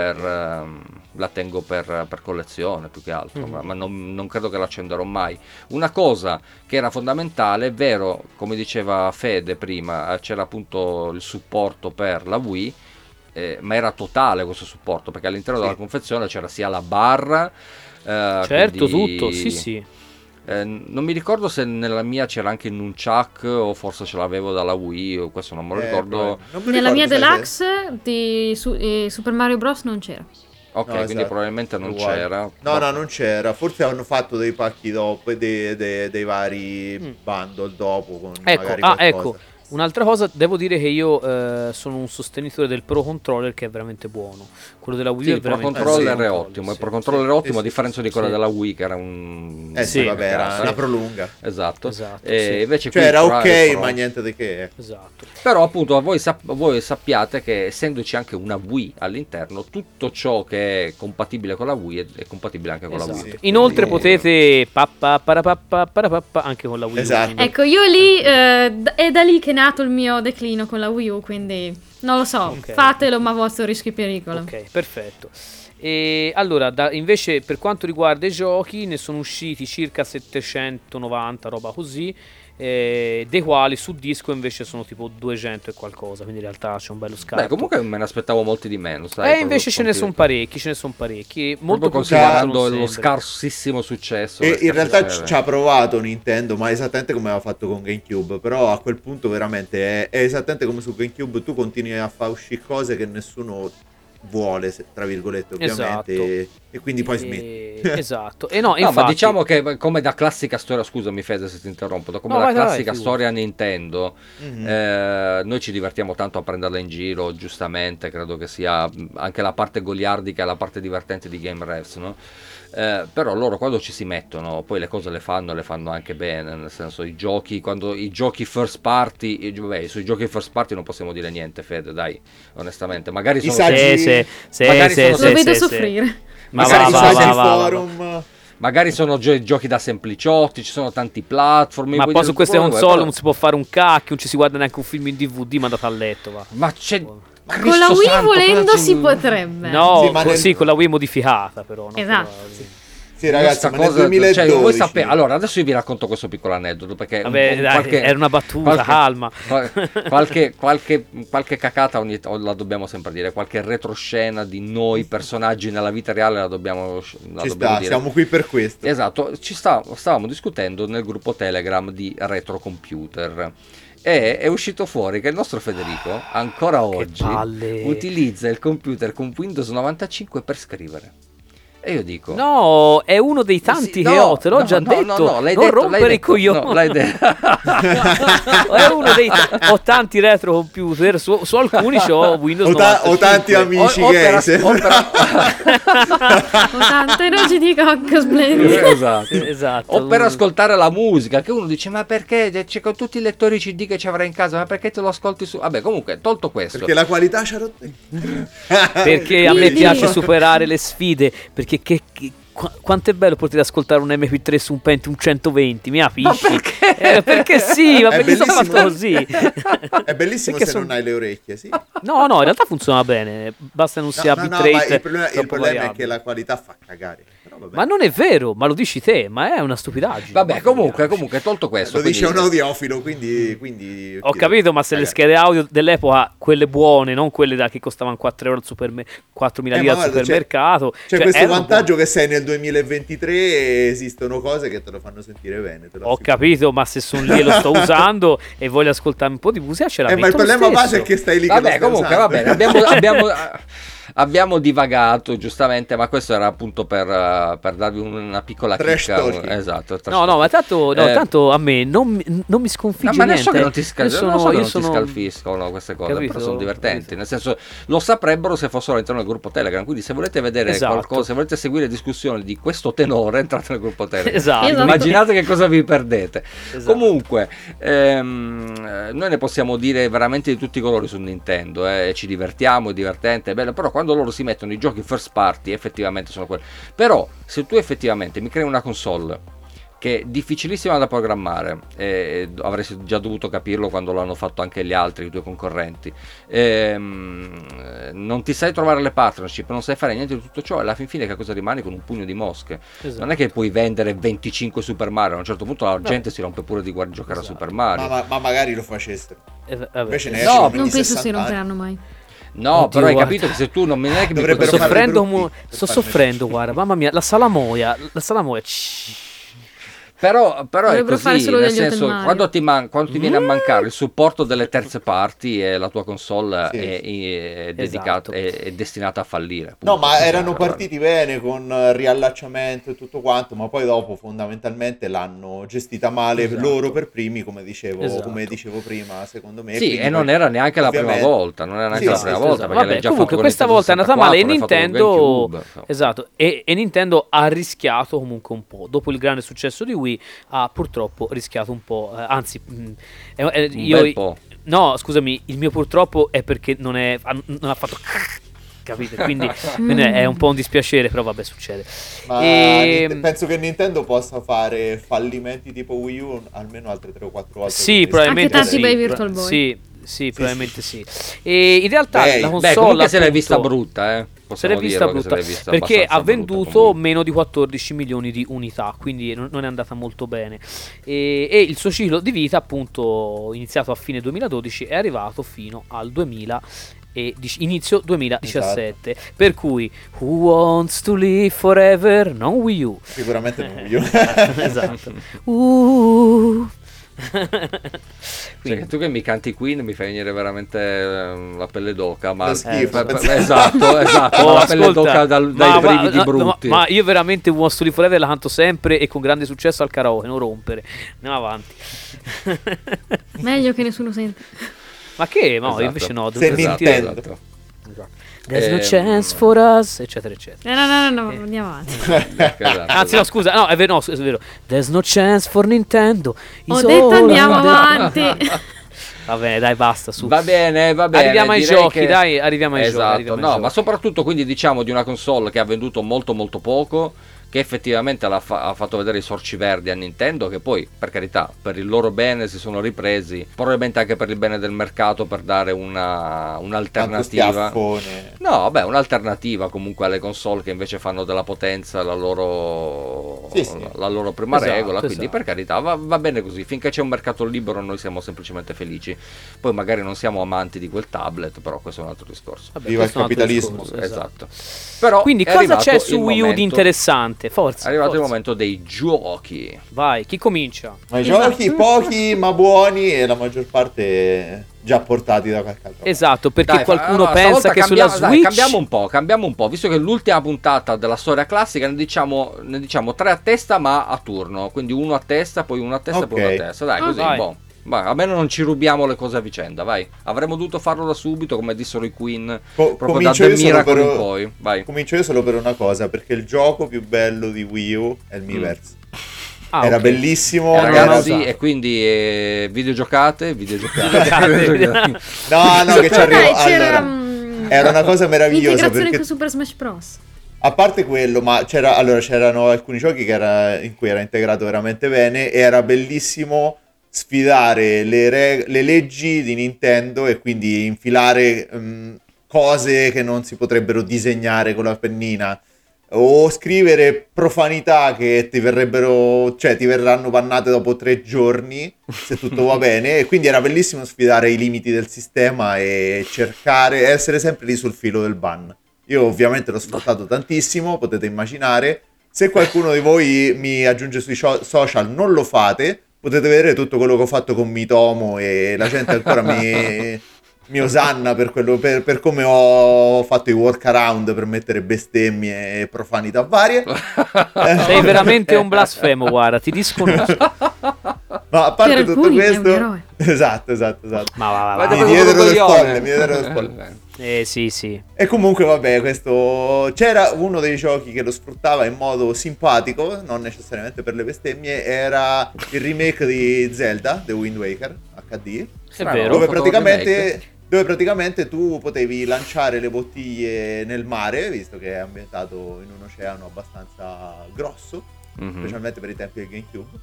Speaker 1: tengo per collezione più che altro, ma non credo che l'accenderò mai. Una cosa che era fondamentale, è vero, come diceva Fede prima, c'era appunto il supporto per la Wii, ma era totale questo supporto, perché all'interno della confezione c'era sia la barra,
Speaker 3: certo, quindi, tutto, sì.
Speaker 1: Non mi ricordo se nella mia c'era anche il nunchuck o forse ce l'avevo dalla Wii, o questo non me lo ricordo.
Speaker 4: Nella mia Deluxe di Super Mario Bros. Non c'era.
Speaker 1: Ok, no, quindi probabilmente non c'era.
Speaker 2: No, non c'era. Forse hanno fatto dei pacchi dopo, dei vari bundle dopo. Con magari qualcosa.
Speaker 3: Ecco. Un'altra cosa, devo dire che io sono un sostenitore del Pro Controller, che è veramente buono. Quello della Wii è
Speaker 1: il Pro Controller è ottimo. Il Pro Controller è ottimo, a differenza di quello della Wii, che era un.
Speaker 2: Era una prolunga.
Speaker 1: Esatto. E invece
Speaker 2: cioè era ok, ma niente di che.
Speaker 3: Esatto.
Speaker 1: Però appunto voi sappiate che essendoci anche una Wii all'interno, tutto ciò che è compatibile con la Wii è compatibile anche con la Wii.
Speaker 3: Inoltre potete anche con la Wii.
Speaker 2: Esatto.
Speaker 4: Ecco, io lì è da lì che è nato il mio declino con la Wii U, quindi non lo so, fatelo ma a vostro rischio e pericolo.
Speaker 3: Ok, perfetto. E allora, invece per quanto riguarda i giochi, ne sono usciti circa 790, roba così, dei quali su disco invece sono tipo 200 e qualcosa, quindi in realtà c'è un bello scarto.
Speaker 1: Beh, comunque me ne aspettavo molti di meno, sai.
Speaker 3: Invece ce ne sono parecchi, molto
Speaker 1: considerando lo scarsissimo successo.
Speaker 2: E in realtà ci ha provato Nintendo, ma esattamente come aveva fatto con GameCube, però a quel punto veramente è esattamente come su GameCube, tu continui a far uscire cose che nessuno vuole, tra virgolette, ovviamente,
Speaker 3: esatto.
Speaker 2: e quindi poi smetti.
Speaker 3: Esatto. E no, infatti,
Speaker 1: ma diciamo che come da classica storia, scusami Fede se ti interrompo, classica storia Nintendo, noi ci divertiamo tanto a prenderla in giro, giustamente, credo che sia anche la parte goliardica e la parte divertente di Game Refs, no? Però loro quando ci si mettono poi le cose le fanno anche bene, nel senso quando i giochi first party, sui giochi first party non possiamo dire niente, Fede, dai, onestamente, magari sono
Speaker 4: lo vedo soffrire,
Speaker 1: magari sono giochi da sempliciotti, ci sono tanti platform,
Speaker 3: ma poi su queste console non si può fare un cacchio, non ci si guarda neanche un film in DVD, ma andate a letto, va.
Speaker 1: Ma c'è
Speaker 4: con la Wii volendo si potrebbe.
Speaker 3: No, con la Wii modificata però. No?
Speaker 4: Esatto.
Speaker 2: Sì, ragazzi, ma nel 2012...
Speaker 1: allora, adesso io vi racconto questo piccolo aneddoto, perché
Speaker 3: era una battuta, calma.
Speaker 1: Qualche cacata la dobbiamo sempre dire, qualche retroscena di noi personaggi nella vita reale la dobbiamo dire.
Speaker 2: Siamo qui per questo.
Speaker 1: Esatto, stavamo discutendo nel gruppo Telegram di Retro Computer. E è uscito fuori che il nostro Federico ancora oggi utilizza il computer con Windows 95 per scrivere. E io dico:
Speaker 3: no, è uno dei tanti che ho, te l'ho già detto. Non rompere i coglioni. È uno dei ho tanti retro computer, su alcuni c'ho Windows 95.
Speaker 2: Ho tanti amici
Speaker 4: ho tante noci di cocco splendide.
Speaker 1: Esatto. O per ascoltare la musica, che uno dice: ma perché c'è con tutti i lettori CD che ci avrai in casa, ma perché te lo ascolti su? Vabbè, comunque, tolto questo,
Speaker 2: perché la qualità c'ha rotto.
Speaker 3: Perché a me piace superare le sfide, perché quanto è bello poter ascoltare un MP3 su un Pentium 120, mi capisci? Perché sì, ma perché sono fatto così?
Speaker 2: È bellissimo se non hai le orecchie, sì.
Speaker 3: No, in realtà funziona bene, basta non sia bitrate.
Speaker 2: Il problema è che la qualità fa cagare. Però
Speaker 3: Ma non è vero, ma lo dici te, ma è una stupidaggine.
Speaker 1: Vabbè, comunque, tolto questo.
Speaker 2: Lo dice un audiofilo, quindi
Speaker 3: ho capito, ma se le schede audio dell'epoca, quelle buone, non quelle che costavano 4 euro al 4.000 lire al supermercato.
Speaker 2: C'è questo vantaggio che sei nel 2023 e esistono cose che te lo fanno sentire bene.
Speaker 3: Ho capito, ma se sono lì e lo sto usando e voglio ascoltare un po' di musica, ce la
Speaker 2: ma il problema base è che stai lì.
Speaker 1: Vabbè, comunque, va bene, abbiamo divagato giustamente, ma questo era appunto per darvi una piccola chicca. Esatto.
Speaker 3: No, ma tanto a me non mi sconfigge
Speaker 1: ma
Speaker 3: niente.
Speaker 1: So che non ti scalfiscono queste cose, capito, però sono divertenti. Nel senso, lo saprebbero se fossero all'interno del gruppo Telegram. Quindi, se volete vedere qualcosa, se volete seguire discussioni di questo tenore, entrate nel gruppo Telegram.
Speaker 3: Esatto.
Speaker 1: Immaginate che cosa vi perdete. Esatto. Comunque, noi ne possiamo dire veramente di tutti i colori su Nintendo. Ci divertiamo, è divertente, è bello. Però quando loro si mettono i giochi first party, effettivamente sono quelli. Però se tu effettivamente mi crei una console che è difficilissima da programmare, avresti già dovuto capirlo quando l'hanno fatto anche gli altri, i tuoi concorrenti, non ti sai trovare le partnership, non sai fare niente di tutto ciò, e alla fin fine che cosa rimani? Con un pugno di mosche. Esatto. Non è che puoi vendere 25 Super Mario, a un certo punto la gente si rompe pure di giocare a Super Mario.
Speaker 2: Ma magari lo facessero. Invece
Speaker 4: ne non penso si romperanno mai.
Speaker 1: No, oddio, però hai capito che se tu non è che
Speaker 3: sto soffrendo, guarda, mamma mia, la salamoia.
Speaker 1: Però è così, nel senso, quando ti viene a mancare il supporto delle terze parti, e la tua console è dedicata, è destinata a fallire.
Speaker 2: No, ma erano partiti bene con riallacciamento e tutto quanto, ma poi dopo fondamentalmente l'hanno gestita male loro per primi, come dicevo prima, secondo me.
Speaker 1: Sì, e non era neanche la prima volta, perché
Speaker 3: vabbè, comunque questa volta è andata male e Nintendo, esatto, e Nintendo ha rischiato comunque un po', dopo il grande successo di Wii ha purtroppo rischiato un po', anzi
Speaker 1: bel po'.
Speaker 3: No, scusami, il mio purtroppo è perché non ha fatto capite, quindi è un po' un dispiacere, però vabbè, succede.
Speaker 2: Ma penso che Nintendo possa fare fallimenti tipo Wii U almeno altre 3 o 4 volte.
Speaker 3: Sì, probabilmente
Speaker 4: anche tanti bei Virtual Boy.
Speaker 3: Sì, probabilmente sì. E in realtà la console
Speaker 1: comunque se l'hai vista brutta,
Speaker 3: se l'è vista brutta perché ha venduto meno di 14 milioni di unità, quindi non è andata molto bene, e il suo ciclo di vita, appunto, iniziato a fine 2012, è arrivato fino al inizio 2017, esatto. Per cui Who Wants to Live Forever, non Wii U,
Speaker 2: sicuramente non Wii U.
Speaker 3: Esatto.
Speaker 1: Cioè, tu che mi canti Queen mi fai venire veramente la pelle d'oca, ma
Speaker 2: esatto,
Speaker 1: la pelle d'oca dai brividi brutti.
Speaker 3: Ma io veramente Who Wants to Live Forever la canto sempre e con grande successo al karaoke, non rompere, andiamo avanti.
Speaker 4: Meglio che nessuno sente.
Speaker 3: Ma che? No, invece no,
Speaker 2: se Nintendo.
Speaker 3: There's no chance for us, eccetera eccetera.
Speaker 4: No, andiamo avanti.
Speaker 3: Anzi no, scusa, no, è vero. There's no chance for Nintendo.
Speaker 4: Ho detto andiamo avanti.
Speaker 3: Va bene, dai, basta, su.
Speaker 1: Va bene.
Speaker 3: Arriviamo ai giochi, arriviamo ai giochi.
Speaker 1: Ma soprattutto quindi diciamo di una console che ha venduto molto molto poco, che effettivamente ha fatto vedere i sorci verdi a Nintendo, che poi, per carità, per il loro bene si sono ripresi, probabilmente anche per il bene del mercato, per dare un'alternativa. Un'alternativa comunque alle console che invece fanno della potenza la loro prima regola, quindi per carità va bene così, finché c'è un mercato libero noi siamo semplicemente felici. Poi magari non siamo amanti di quel tablet, però questo è un altro discorso.
Speaker 2: Viva il capitalismo.
Speaker 1: Esatto. Però
Speaker 3: quindi cosa c'è su Wii U di interessante? Forza,
Speaker 1: è arrivato il momento dei giochi.
Speaker 3: Vai, chi comincia?
Speaker 2: I giochi pochi ma buoni, e la maggior parte già portati da qualche altro.
Speaker 3: Esatto, perché qualcuno pensa che sulla Switch
Speaker 1: cambiamo un po', visto che l'ultima puntata della storia classica ne diciamo 3 a testa, ma a turno, quindi uno a testa, poi uno a testa, poi uno a testa. Dai, così, Ma almeno non ci rubiamo le cose a vicenda, vai. Avremmo dovuto farlo da subito, come dissero i Queen, proprio da The Miracle in poi. Vai.
Speaker 2: Comincio io solo per una cosa, perché il gioco più bello di Wii U è il Miiverse. Era bellissimo,
Speaker 1: ragazzi, e quindi videogiocate.
Speaker 2: No, che ci arrivo. Allora, era una cosa meravigliosa,
Speaker 4: l'integrazione
Speaker 2: perché
Speaker 4: con Super Smash Bros.
Speaker 2: A parte quello, ma c'erano alcuni giochi in cui era integrato veramente bene, e era bellissimo sfidare le leggi di Nintendo e quindi infilare cose che non si potrebbero disegnare con la pennina. o scrivere profanità che ti verranno bannate dopo 3 giorni se tutto va bene, e quindi era bellissimo sfidare i limiti del sistema e cercare, essere sempre lì sul filo del ban. Io ovviamente l'ho sfruttato tantissimo, potete immaginare. Se qualcuno di voi mi aggiunge sui social, non lo fate, potete vedere tutto quello che ho fatto con Mitomo e la gente ancora mi osanna per come ho fatto i workaround per mettere bestemmie e profanità varie.
Speaker 3: Sei veramente un blasfemo, guarda, ti disconosco.
Speaker 2: Ma a parte
Speaker 4: Per
Speaker 2: tutto
Speaker 4: alcuni è un
Speaker 2: questo,
Speaker 4: eroe.
Speaker 2: esatto.
Speaker 3: Ma va.
Speaker 2: Mi diedero le spoiler.
Speaker 3: Sì.
Speaker 2: E comunque vabbè, questo c'era uno dei giochi che lo sfruttava in modo simpatico, non necessariamente per le bestemmie, era il remake di Zelda, The Wind Waker HD,
Speaker 3: È vero.
Speaker 2: dove praticamente tu potevi lanciare le bottiglie nel mare, visto che è ambientato in un oceano abbastanza grosso, specialmente per i tempi del GameCube.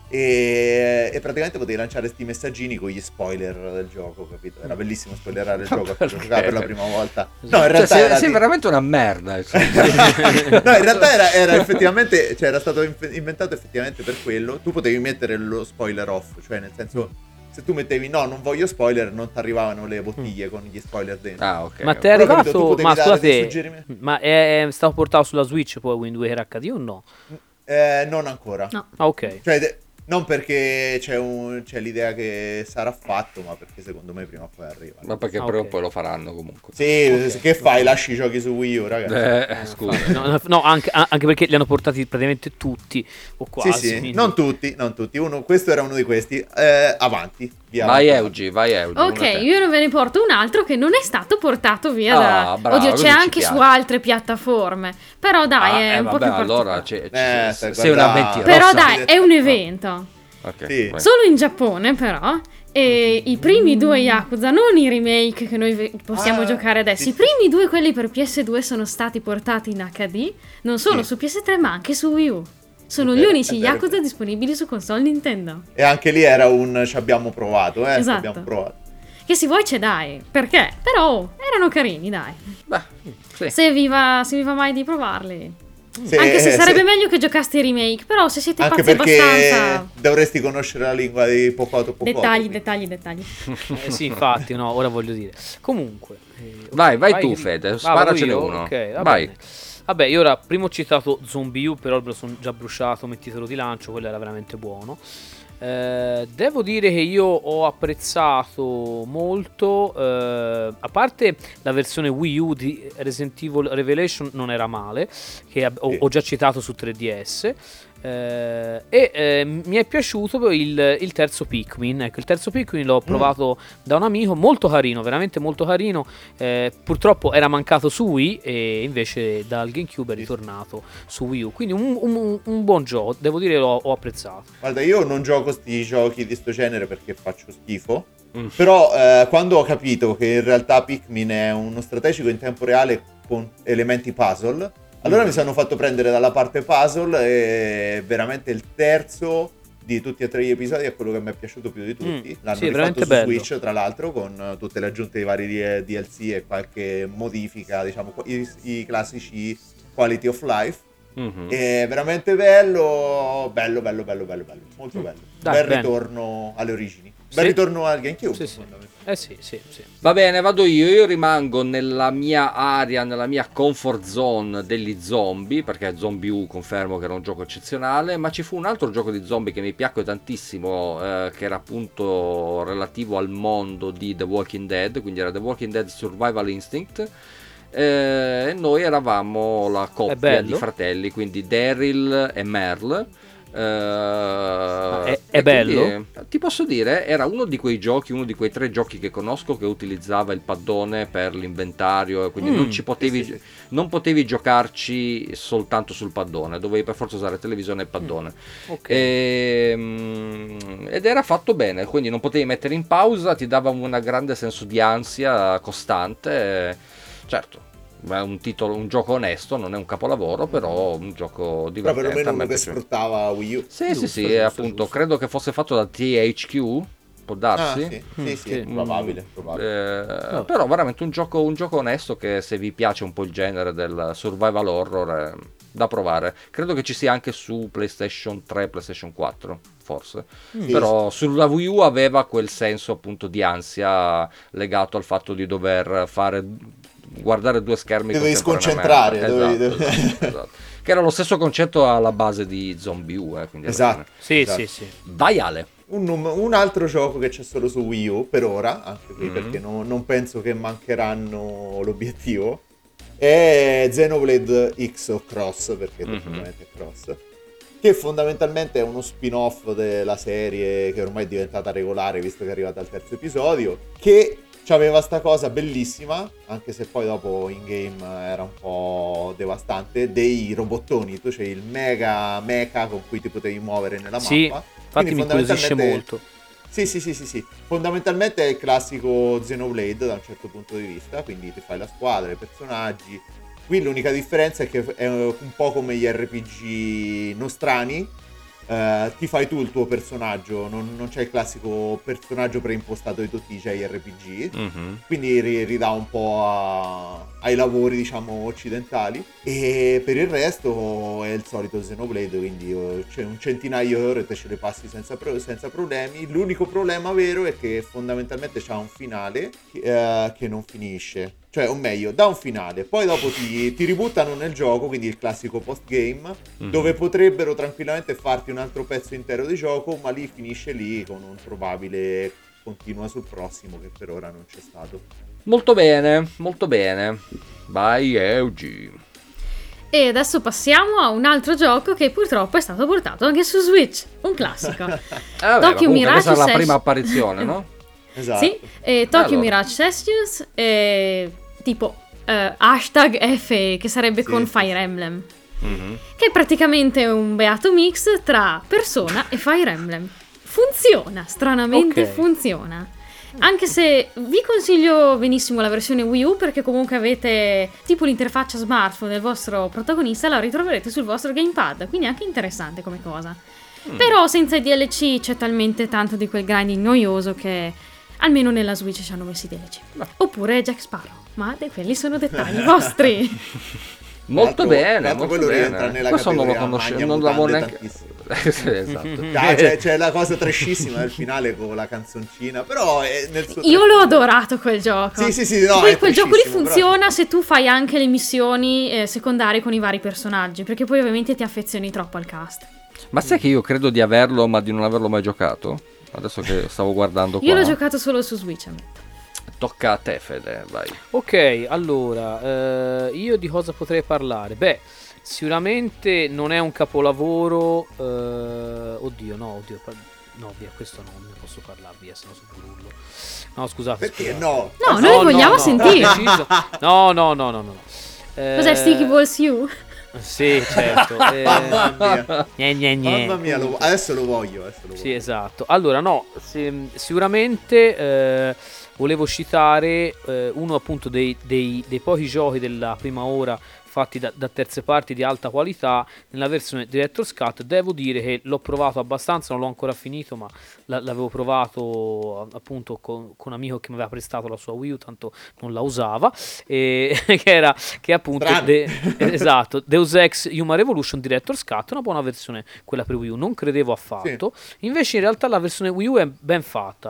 Speaker 2: E praticamente potevi lanciare sti messaggini con gli spoiler del gioco, capito? Era bellissimo spoilerare il gioco a giocare per la prima volta. No, in realtà
Speaker 1: sei veramente una merda.
Speaker 2: No, in realtà era effettivamente, cioè era stato inventato effettivamente per quello. Tu potevi mettere lo spoiler off, cioè nel senso, se tu mettevi no, non voglio spoiler, non ti arrivavano le bottiglie con gli spoiler dentro.
Speaker 1: Ah, ok.
Speaker 3: Ma ti è
Speaker 2: Però,
Speaker 3: arrivato,
Speaker 2: capito,
Speaker 3: ma scusate,
Speaker 2: suggerimenti.
Speaker 3: ma è stato portato sulla Switch poi Wind Waker HD o no?
Speaker 2: Non ancora.
Speaker 4: No.
Speaker 3: Ah, ok.
Speaker 2: Cioè, non perché c'è l'idea che sarà fatto, ma perché secondo me prima o poi arriva.
Speaker 1: Ma perché prima o poi lo faranno comunque.
Speaker 2: Sì, che fai? Lasci i giochi su Wii U, ragazzi?
Speaker 1: Scusa.
Speaker 3: No, anche perché li hanno portati praticamente tutti, o quasi.
Speaker 2: Sì,
Speaker 3: quindi.
Speaker 2: non tutti. Questo era uno di questi. Avanti, via.
Speaker 1: Vai
Speaker 2: avanti.
Speaker 1: Eugi.
Speaker 4: Ok, io ve ne porto un altro che non è stato portato via da...
Speaker 1: bravo,
Speaker 4: Oddio,
Speaker 1: così
Speaker 4: c'è
Speaker 1: ci
Speaker 4: anche
Speaker 1: piace.
Speaker 4: su altre piattaforme. Però dai, è un po' più
Speaker 1: allora
Speaker 4: particolare.
Speaker 1: sei una mentirosa.
Speaker 4: Però dai, è un evento.
Speaker 1: Ok,
Speaker 2: Sì.
Speaker 1: vai.
Speaker 4: Solo in Giappone, però. E i primi 2 Yakuza, non i remake che noi possiamo giocare adesso.
Speaker 2: sì.
Speaker 4: I primi 2, quelli per PS2, sono stati portati in HD, non solo su PS3, ma anche su Wii U. Sono gli unici Yakuza disponibili su console Nintendo.
Speaker 2: E anche lì era ci abbiamo provato, ci
Speaker 4: Esatto.
Speaker 2: abbiamo provato.
Speaker 4: Che se vuoi c'è dai, perché? Però erano carini, dai.
Speaker 1: Beh, sì.
Speaker 4: Se vi va mai di provarli.
Speaker 2: Se-
Speaker 4: Anche se sarebbe meglio che giocaste i remake, però se siete
Speaker 2: Anche
Speaker 4: pazzi
Speaker 2: perché
Speaker 4: abbastanza...
Speaker 2: dovresti conoscere la lingua di Pocoto.
Speaker 4: Dettagli.
Speaker 3: Sì, infatti, no, ora voglio dire. Comunque.
Speaker 1: Vai tu, Fede, sparacene uno.
Speaker 3: Ok, va
Speaker 1: Vai.
Speaker 3: bene. Vabbè, io ora, prima ho citato Zombie U, però me lo sono già bruciato, mettitelo di lancio, quello era veramente buono. Devo dire che io ho apprezzato molto, a parte la versione Wii U di Resident Evil Revelation non era male, che ho già citato su 3DS. Mi è piaciuto il terzo Pikmin. Ecco, il terzo Pikmin l'ho provato da un amico, molto carino, veramente molto carino. Purtroppo era mancato su Wii e invece dal GameCube è ritornato su Wii U. Quindi un buon gioco, devo dire, l'ho apprezzato.
Speaker 2: Guarda, io non gioco sti giochi di sto genere perché faccio schifo. Però quando ho capito che in realtà Pikmin è uno strategico in tempo reale con elementi puzzle, allora mi sono fatto prendere dalla parte puzzle, e veramente il terzo di tutti e 3 gli episodi è quello che mi è piaciuto più di tutti. L'hanno rifatto su
Speaker 3: bello.
Speaker 2: Switch, tra l'altro, con tutte le aggiunte di vari DLC e qualche modifica, diciamo, i classici quality of life. È veramente bello, molto bello.
Speaker 3: Dai,
Speaker 2: Bel ritorno alle origini.
Speaker 3: Sì.
Speaker 2: Bel ritorno al GameCube.
Speaker 3: Sì.
Speaker 1: Va bene, vado io rimango nella mia area, nella mia comfort zone degli zombie, perché Zombie U confermo che era un gioco eccezionale, ma ci fu un altro gioco di zombie che mi piacque tantissimo, che era appunto relativo al mondo di The Walking Dead, quindi era The Walking Dead Survival Instinct. E noi eravamo la coppia di fratelli, quindi Daryl e Merle.
Speaker 3: È bello?
Speaker 1: Quindi, ti posso dire, era uno di quei giochi, uno di quei 3 giochi che conosco che utilizzava il paddone per l'inventario, quindi non potevi giocarci soltanto sul paddone, dovevi per forza usare televisione e paddone. Ed era fatto bene, quindi non potevi mettere in pausa, ti dava un grande senso di ansia costante. Certo, è un gioco onesto, non è un capolavoro, però un gioco divertente.
Speaker 2: Proprio meno che sfruttava Wii U.
Speaker 1: Sì, appunto, credo che fosse fatto da THQ, può darsi.
Speaker 2: Sì, probabile.
Speaker 1: Però veramente un gioco onesto che, se vi piace un po' il genere del survival horror, da provare. Credo che ci sia anche su PlayStation 3, PlayStation 4 forse, però sulla Wii U aveva quel senso appunto di ansia legato al fatto di dover guardare due schermi
Speaker 2: dovevi
Speaker 1: contemporaneamente.
Speaker 2: sconcentrare,
Speaker 1: Esatto. Che era lo stesso concetto alla base di Zombie U, quindi
Speaker 2: esatto.
Speaker 3: Sì.
Speaker 1: vai Ale.
Speaker 2: Un altro gioco che c'è solo su Wii U per ora, anche qui perché non penso che mancheranno l'obiettivo, è Xenoblade X o Cross, perché tecnicamente è Cross, che fondamentalmente è uno spin-off della serie che ormai è diventata regolare visto che è arrivata al terzo episodio, che c'aveva sta cosa bellissima, anche se poi dopo in game era un po' devastante, dei robottoni. Tu c'hai il mega mecha con cui ti potevi muovere nella mappa.
Speaker 3: Infatti mi incuriosisce molto.
Speaker 2: Sì. Fondamentalmente è il classico Xenoblade da un certo punto di vista, quindi ti fai la squadra, i personaggi. Qui l'unica differenza è che è un po' come gli RPG nostrani. Ti fai tu il tuo personaggio, non c'è il classico personaggio preimpostato di tutti gli RPG, quindi ridà un po' ai lavori diciamo occidentali, e per il resto è il solito Xenoblade, quindi c'è un centinaio di ore te ce le passi senza problemi. L'unico problema vero è che fondamentalmente c'ha un finale che non finisce, cioè o meglio dà un finale, poi dopo ti ributtano nel gioco, quindi il classico post game, dove potrebbero tranquillamente farti un altro pezzo intero di gioco, ma lì finisce lì con un probabile continua sul prossimo che per ora non c'è stato.
Speaker 1: Molto bene. Vai Eugi.
Speaker 4: E adesso passiamo a un altro gioco che purtroppo è stato portato anche su Switch, un classico.
Speaker 1: Tokyo Mirage questa è la prima apparizione, no?
Speaker 2: Esatto.
Speaker 4: Sì, Tokyo Mirage Sessions, tipo hashtag FE, che sarebbe con Fire Emblem, che è praticamente un beato mix tra Persona e Fire Emblem. Funziona, stranamente funziona. Anche se vi consiglio benissimo la versione Wii U, perché comunque avete tipo l'interfaccia smartphone del vostro protagonista, la ritroverete sul vostro gamepad, quindi è anche interessante come cosa. Però senza i DLC c'è talmente tanto di quel grinding noioso che almeno nella Switch ci hanno messo i DLC. Oppure Jack Sparrow, ma quelli sono dettagli vostri.
Speaker 1: Molto bene, molto
Speaker 2: quello
Speaker 1: bene.
Speaker 2: rientra nella
Speaker 1: Questo non lo
Speaker 2: categoria
Speaker 1: conoscevo, non l'avevo neanche.
Speaker 2: Esatto. C'è la cosa trashissima del finale con la canzoncina, però
Speaker 4: io l'ho adorato quel gioco.
Speaker 2: Sì, no,
Speaker 4: poi quel gioco lì
Speaker 2: però
Speaker 4: funziona se tu fai anche le missioni secondarie con i vari personaggi, perché poi ovviamente ti affezioni troppo al cast.
Speaker 1: Ma sai che io credo di averlo, ma di non averlo mai giocato? Adesso che stavo guardando qua.
Speaker 4: Io l'ho giocato solo su Switch, ammetto.
Speaker 1: Tocca a te, Fede, vai.
Speaker 3: Ok, allora, io di cosa potrei parlare? Beh, sicuramente non è un capolavoro. No, via, questo no, non ne posso parlare, via, se no sono brullo. No, scusate.
Speaker 2: Perché no?
Speaker 4: No, noi vogliamo sentire.
Speaker 3: No.
Speaker 4: Cos'è Sticky Balls U?
Speaker 3: Sì, certo.
Speaker 2: Mamma mia.
Speaker 3: Mamma
Speaker 2: mia, adesso lo voglio.
Speaker 3: Sì, esatto. Allora, no, sicuramente volevo citare uno appunto dei pochi giochi della prima ora fatti da terze parti di alta qualità nella versione Director's Cut. Devo dire che l'ho provato abbastanza, non l'ho ancora finito, ma l'avevo provato appunto con un amico che mi aveva prestato la sua Wii U, tanto non la usava, che appunto esatto, Deus Ex Human Revolution Director's Cut, una buona versione quella per Wii U, non credevo affatto. Invece in realtà la versione Wii U è ben fatta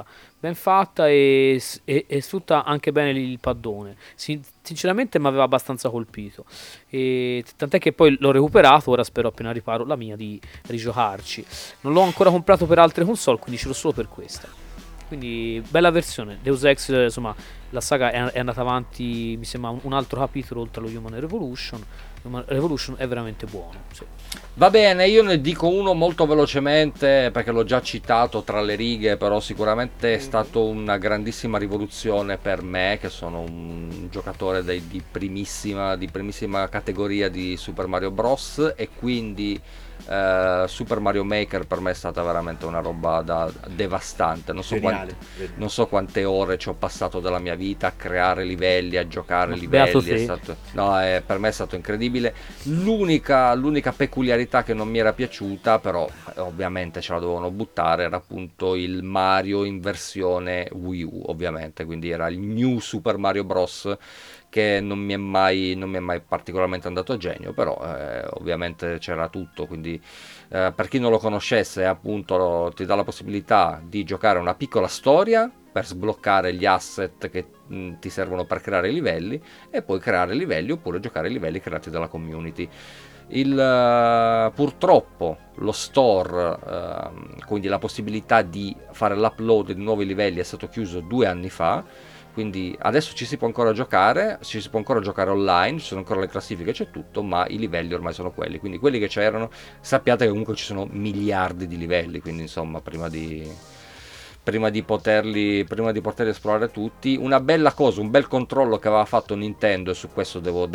Speaker 3: e sfrutta anche bene il paddone. Sinceramente mi aveva abbastanza colpito, e tant'è che poi l'ho recuperato. Ora spero, appena riparo la mia, di rigiocarci. Non l'ho ancora comprato per altre console, quindi ce l'ho solo per questa. Quindi bella versione. Deus Ex, insomma, la saga è andata avanti, mi sembra, un altro capitolo oltre allo Human Revolution. Human Revolution è veramente buono, sì.
Speaker 1: Va bene, io ne dico uno molto velocemente perché l'ho già citato tra le righe, però sicuramente è stato una grandissima rivoluzione per me, che sono un giocatore di primissima categoria di Super Mario Bros. E quindi Super Mario Maker per me è stata veramente una roba devastante. Non so quante ore ci ho passato della mia vita a creare livelli, a giocare livelli. Per me è stato incredibile. L'unica peculiarità che non mi era piaciuta, però ovviamente ce la dovevano buttare, era appunto il Mario in versione Wii U, ovviamente, quindi era il New Super Mario Bros. che non mi è mai particolarmente andato a genio, però ovviamente c'era tutto, quindi per chi non lo conoscesse, appunto ti dà la possibilità di giocare una piccola storia per sbloccare gli asset che ti servono per creare i livelli, e poi creare livelli oppure giocare ai livelli creati dalla community. Purtroppo lo store, quindi la possibilità di fare l'upload di nuovi livelli, è stato chiuso 2 anni fa, quindi adesso ci si può ancora giocare online, ci sono ancora le classifiche, c'è tutto, ma i livelli ormai sono quelli, quindi quelli che c'erano, sappiate che comunque ci sono miliardi di livelli, quindi insomma prima di poterli esplorare tutti. Una bella cosa, un bel controllo che aveva fatto Nintendo, e su questo devo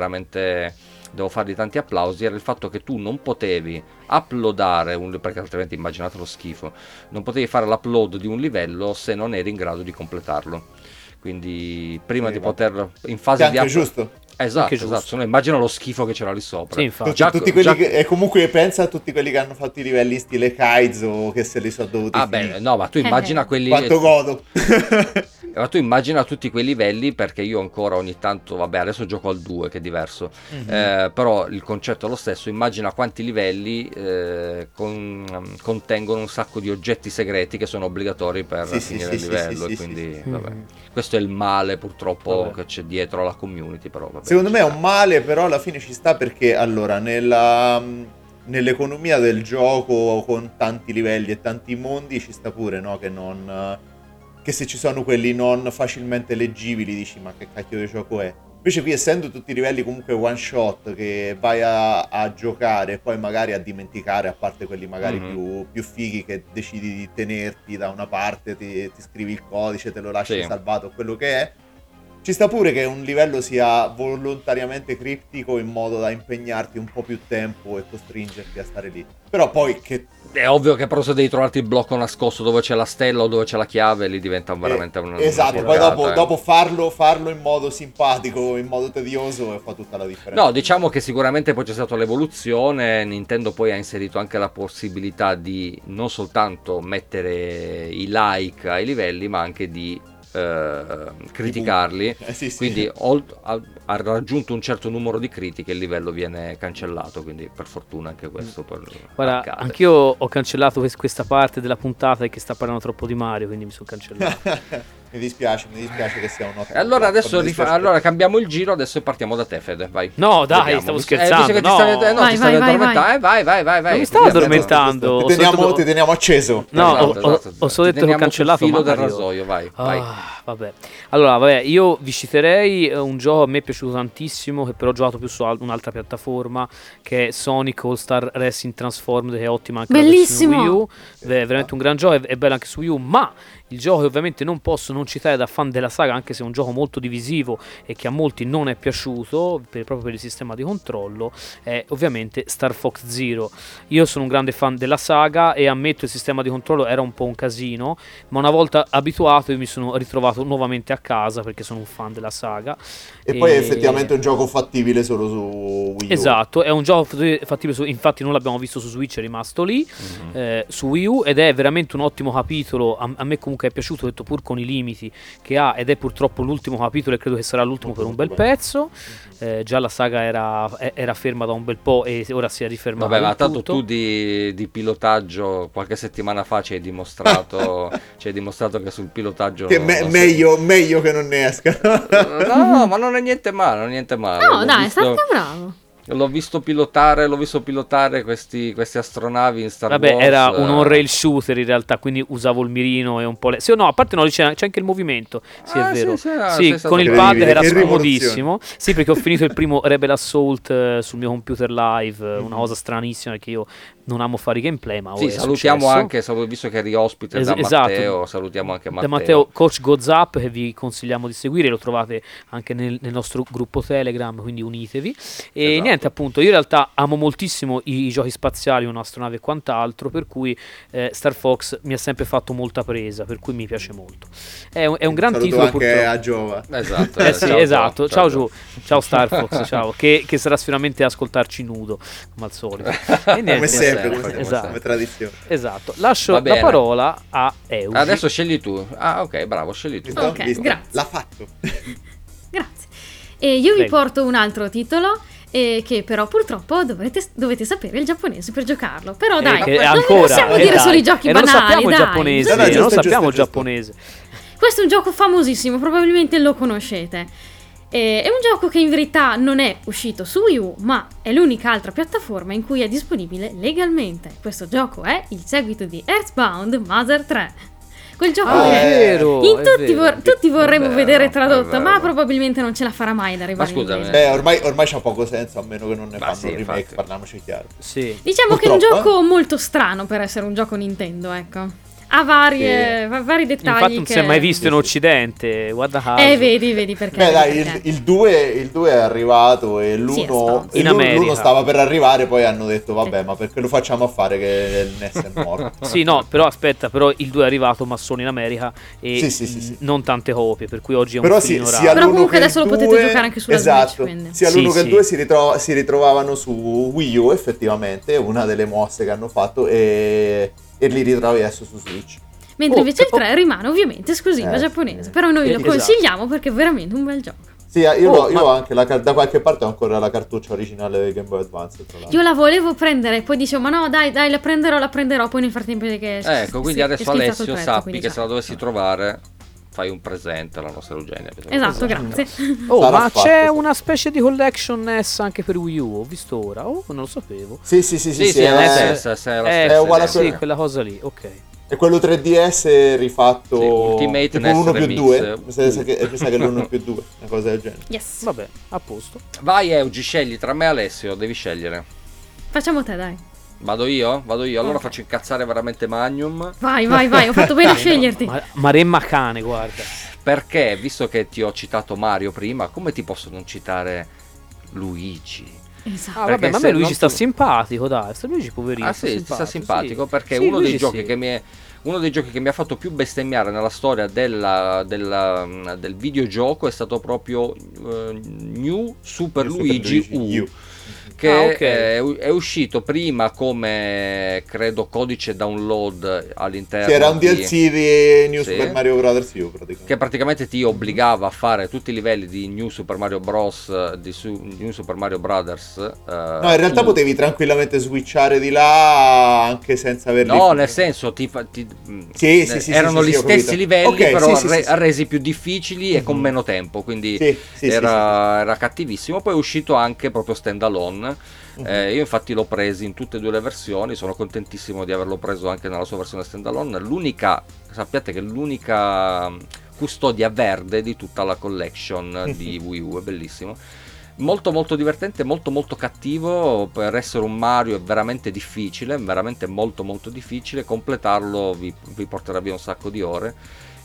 Speaker 1: fargli tanti applausi, era il fatto che tu non potevi uploadare perché altrimenti immaginate lo schifo, non potevi fare l'upload di un livello se non eri in grado di completarlo, quindi prima di poterlo in fase di
Speaker 2: giusto.
Speaker 1: Esatto, se no immagina lo schifo che c'era lì sopra.
Speaker 3: Sì, infatti.
Speaker 2: Tutti quelli e comunque pensa a tutti quelli che hanno fatto i livelli in stile Kaizo, che se li sono dovuti
Speaker 1: beh, no, ma tu immagina quelli
Speaker 2: quanto godo.
Speaker 1: Ma tu immagina tutti quei livelli, perché io ancora ogni tanto, vabbè, adesso gioco al 2 che è diverso, però il concetto è lo stesso. Immagina quanti livelli contengono un sacco di oggetti segreti che sono obbligatori per finire il livello, e quindi vabbè. Questo è il male purtroppo che c'è dietro alla community, però vabbè,
Speaker 2: secondo me è un male, però alla fine ci sta, perché allora nell'economia del gioco con tanti livelli e tanti mondi ci sta pure, no? Che se ci sono quelli non facilmente leggibili dici ma che cacchio di gioco è? Invece qui, essendo tutti i livelli comunque one shot che vai a giocare e poi magari a dimenticare, a parte quelli magari più fighi che decidi di tenerti da una parte, ti scrivi il codice, te lo lasci salvato, quello che è, ci sta pure che un livello sia volontariamente criptico in modo da impegnarti un po' più tempo e costringerti a stare lì. Però poi che...
Speaker 1: È ovvio che però se devi trovarti il blocco nascosto dove c'è la stella o dove c'è la chiave, lì diventa veramente
Speaker 2: esatto, poi dopo farlo in modo simpatico, in modo tedioso, fa tutta la differenza.
Speaker 1: No, diciamo che sicuramente poi c'è stata l'evoluzione. Nintendo poi ha inserito anche la possibilità di non soltanto mettere i like ai livelli, ma anche di criticarli, quindi ha raggiunto un certo numero di critiche, il livello viene cancellato, quindi per fortuna anche questo
Speaker 3: guarda, accade. Anch'io ho cancellato questa parte della puntata che sta parlando troppo di Mario, quindi mi sono cancellato.
Speaker 2: Mi dispiace che sia un ottimo.
Speaker 1: Allora adesso allora cambiamo il giro, adesso partiamo da te, Fede, vai.
Speaker 3: No, dai, vediamo. Stavo scherzando.
Speaker 1: Ti stavi addormentando. Vai.
Speaker 3: Non mi stavo addormentando.
Speaker 2: Ti teniamo acceso.
Speaker 3: No, ho solo detto che ho cancellato
Speaker 1: il filo
Speaker 3: Mario.
Speaker 1: del rasoio, vai.
Speaker 3: Vabbè. Allora, io vi citerei un gioco a me è piaciuto tantissimo, che però ho giocato più su un'altra piattaforma, che è Sonic All Star Racing Transformed, che è ottima anche
Speaker 4: bellissimo.
Speaker 3: La versione Wii U. È veramente un gran gioco, è bello anche su Wii U, ma il gioco che ovviamente non posso non citare da fan della saga, anche se è un gioco molto divisivo e che a molti non è piaciuto proprio per il sistema di controllo, è ovviamente Star Fox Zero. Io sono un grande fan della saga e ammetto il sistema di controllo era un po' un casino, ma una volta abituato io mi sono ritrovato nuovamente a casa perché sono un fan della saga.
Speaker 2: E poi è effettivamente un gioco fattibile solo su Wii U.
Speaker 3: Esatto, è un gioco fattibile infatti non l'abbiamo visto su Switch, è rimasto lì su Wii U, ed è veramente un ottimo capitolo. A me comunque è piaciuto, detto pur con i limiti che ha, ed è purtroppo l'ultimo capitolo e credo che sarà l'ultimo per un bel pezzo. Già la saga era ferma da un bel po' e ora si è rifermata.
Speaker 1: Vabbè, ma tanto tu di pilotaggio qualche settimana fa ci hai dimostrato che sul pilotaggio
Speaker 2: che meglio che non ne esca.
Speaker 1: No, ma non è niente male.
Speaker 4: No, dai, è stato bravo.
Speaker 1: L'ho visto pilotare questi astronavi in Star Wars.
Speaker 3: Vabbè, era un on-rail shooter in realtà, quindi usavo il mirino e un po'... Sì, no, a parte no, c'è anche il movimento, sì, è vero. Sì, con il pad era scomodissimo. Sì, perché ho finito il primo Rebel Assault sul mio computer live, una cosa stranissima, perché io non amo fare i gameplay, ma
Speaker 1: sì, salutiamo anche, visto che eri ospite da Matteo, salutiamo anche Matteo.
Speaker 3: Da Matteo, Coach Goes Up, che vi consigliamo di seguire, lo trovate anche nel nostro gruppo Telegram, quindi unitevi. E niente, appunto, io in realtà amo moltissimo i giochi spaziali, un'astronave e quant'altro, per cui Star Fox mi ha sempre fatto molta presa, per cui mi piace molto. È un gran titolo,
Speaker 2: anche
Speaker 3: purtroppo.
Speaker 2: a Giova.
Speaker 1: Esatto.
Speaker 3: Sì, esatto. Ciao Gio. Ciao Star Fox, ciao. Che sarà sicuramente ascoltarci nudo, come al solito. E niente,
Speaker 2: come sempre,
Speaker 3: esatto.
Speaker 2: come tradizione.
Speaker 3: Esatto. Lascio la parola a Eusi.
Speaker 1: Adesso scegli tu. Ah, ok, bravo, scegli tu.
Speaker 4: Ok, grazie.
Speaker 2: L'ha fatto.
Speaker 4: Grazie. E io vi
Speaker 3: Prego.
Speaker 4: porto un altro titolo che però purtroppo dovete sapere il giapponese per giocarlo. Però dai,
Speaker 3: Che
Speaker 4: non
Speaker 3: ancora,
Speaker 4: possiamo dire
Speaker 3: dai.
Speaker 4: solo i giochi
Speaker 3: non
Speaker 4: banali,
Speaker 3: sappiamo il
Speaker 4: dai.
Speaker 3: giapponese,
Speaker 2: No, no, giusto,
Speaker 3: non sappiamo il
Speaker 2: giusto.
Speaker 3: giapponese.
Speaker 4: Questo è un gioco famosissimo, probabilmente lo conoscete. È un gioco che in verità non è uscito su Wii U, ma è l'unica altra piattaforma in cui è disponibile legalmente. Questo gioco è il seguito di Earthbound Mother 3. Quel gioco
Speaker 3: Ah,
Speaker 4: che
Speaker 3: è vero,
Speaker 4: tutti vorremmo
Speaker 1: Vero,
Speaker 4: vedere
Speaker 1: è
Speaker 4: tradotto,
Speaker 1: vero.
Speaker 4: ma probabilmente non ce la farà mai ad arrivare
Speaker 1: Ma scusami,
Speaker 4: in inglese.
Speaker 2: Ormai c'ha poco senso, a meno che non ne
Speaker 1: Ma
Speaker 2: fanno
Speaker 1: sì,
Speaker 2: un remake,
Speaker 1: infatti.
Speaker 2: parliamoci chiaro.
Speaker 3: Sì.
Speaker 4: Diciamo che è un
Speaker 2: Purtroppo,
Speaker 4: gioco molto strano per essere un gioco Nintendo, ecco. Ha vari dettagli
Speaker 3: Infatti non si è mai visto in
Speaker 2: Sì, sì.
Speaker 3: Occidente, guarda caso.
Speaker 4: vedi perché.
Speaker 2: Beh dai,
Speaker 4: perché.
Speaker 2: il 2 è arrivato e
Speaker 4: Sì, è
Speaker 2: l'uno
Speaker 4: stato.
Speaker 3: In America.
Speaker 2: l'uno stava per arrivare, poi hanno detto vabbè, ma perché lo facciamo a fare che il NES è morto?
Speaker 3: Sì, no, però aspetta, però il 2 è arrivato ma solo in America e
Speaker 2: Sì.
Speaker 3: non tante copie, per cui oggi è un
Speaker 2: Però
Speaker 3: filino
Speaker 2: sia
Speaker 3: raro.
Speaker 4: Però
Speaker 2: l'uno
Speaker 4: comunque
Speaker 2: che
Speaker 4: adesso
Speaker 2: il
Speaker 4: lo potete
Speaker 2: 2,
Speaker 4: giocare anche sulla
Speaker 2: esatto,
Speaker 4: Switch, quindi.
Speaker 2: sia
Speaker 3: Sì,
Speaker 2: l'uno che il
Speaker 3: sì.
Speaker 2: 2 si ritrovavano su Wii U, effettivamente, una delle mosse che hanno fatto, e li ritrovi adesso su Switch.
Speaker 4: Mentre invece il
Speaker 3: oh.
Speaker 4: 3 rimane ovviamente esclusiva giapponese.
Speaker 2: sì.
Speaker 4: Però noi lo
Speaker 3: Esatto.
Speaker 4: consigliamo perché è veramente un bel gioco.
Speaker 2: Sì, io
Speaker 3: Oh,
Speaker 2: ho anche da qualche parte ho ancora la cartuccia originale del Game Boy Advance, tra l'altro.
Speaker 4: Io la volevo prendere, poi dicevo, ma no, dai, la prenderò. Poi nel frattempo che
Speaker 1: Ecco, quindi
Speaker 4: è
Speaker 1: adesso
Speaker 4: schizzato il
Speaker 1: Alessio
Speaker 4: prezzo,
Speaker 1: sappi
Speaker 4: quindi
Speaker 1: che
Speaker 4: ciao.
Speaker 1: se la dovessi trovare fai un presente alla nostra Eugenia.
Speaker 4: Esatto, grazie.
Speaker 3: Oh,
Speaker 2: Sarà
Speaker 3: ma
Speaker 2: fatto,
Speaker 3: c'è
Speaker 2: sì.
Speaker 3: una specie di collection NES anche per Wii U, ho visto ora. Oh, non lo sapevo.
Speaker 1: Sì,
Speaker 2: Sì,
Speaker 1: è la
Speaker 2: è,
Speaker 1: stessa, è la
Speaker 3: Eh,
Speaker 1: stessa
Speaker 2: uguale a
Speaker 1: identica.
Speaker 3: sì, quella cosa lì, ok.
Speaker 2: è quello 3DS rifatto
Speaker 1: Sì, Ultimate
Speaker 2: tipo
Speaker 1: NES
Speaker 2: 1 più
Speaker 1: Remix.
Speaker 2: 2. Mi sa che è l'1 più 2, una cosa del genere.
Speaker 4: Yes.
Speaker 3: Vabbè, a posto.
Speaker 1: Vai Eugi, scegli tra me e Alessio, devi scegliere.
Speaker 4: Facciamo te, dai.
Speaker 1: Vado io? Allora
Speaker 4: Ok.
Speaker 1: faccio incazzare veramente Magnum.
Speaker 4: Vai, ho fatto bene a sceglierti.
Speaker 3: Maremma cane, guarda.
Speaker 1: Perché, visto che ti ho citato Mario prima, come ti posso non citare Luigi?
Speaker 4: Esatto.
Speaker 3: Ah,
Speaker 1: Perché
Speaker 3: vabbè, ma a
Speaker 1: se
Speaker 3: me Luigi
Speaker 1: non
Speaker 3: sta
Speaker 1: tu-
Speaker 3: simpatico, dai. Sta Luigi poverino.
Speaker 1: Ah sì, ti sta simpatico
Speaker 3: sì.
Speaker 1: perché
Speaker 3: Sì,
Speaker 1: uno dei
Speaker 3: Luigi
Speaker 1: giochi
Speaker 3: sì.
Speaker 1: uno dei giochi che mi ha fatto più bestemmiare nella storia del videogioco è stato proprio New Super Luigi U. Che
Speaker 3: ok.
Speaker 1: è uscito prima come credo codice download all'interno
Speaker 2: Sì, era un
Speaker 1: di-
Speaker 2: DLC di New
Speaker 1: Sì.
Speaker 2: Super Mario Bros. U praticamente.
Speaker 1: che praticamente ti obbligava a fare tutti i livelli di New Super Mario Bros. New Super Mario Brothers.
Speaker 2: No, in realtà
Speaker 1: U.
Speaker 2: potevi tranquillamente switchare di là anche senza averli.
Speaker 1: No, nel senso
Speaker 2: Sì,
Speaker 1: erano
Speaker 2: sì,
Speaker 1: gli
Speaker 2: ho
Speaker 1: stessi
Speaker 2: capito.
Speaker 1: livelli,
Speaker 2: Ok,
Speaker 1: però
Speaker 2: sì.
Speaker 1: resi più difficili e con meno tempo, quindi
Speaker 2: Sì,
Speaker 1: era cattivissimo. Poi è uscito anche proprio standalone.
Speaker 2: Mhm.
Speaker 1: Io infatti l'ho preso in tutte e due le versioni, sono contentissimo di averlo preso anche nella sua versione standalone. Sappiate che l'unica custodia verde di tutta la collection di Wii U, è bellissimo. Molto molto divertente, molto molto cattivo. Per essere un Mario è veramente difficile, veramente molto molto difficile. Completarlo vi porterà via un sacco di ore.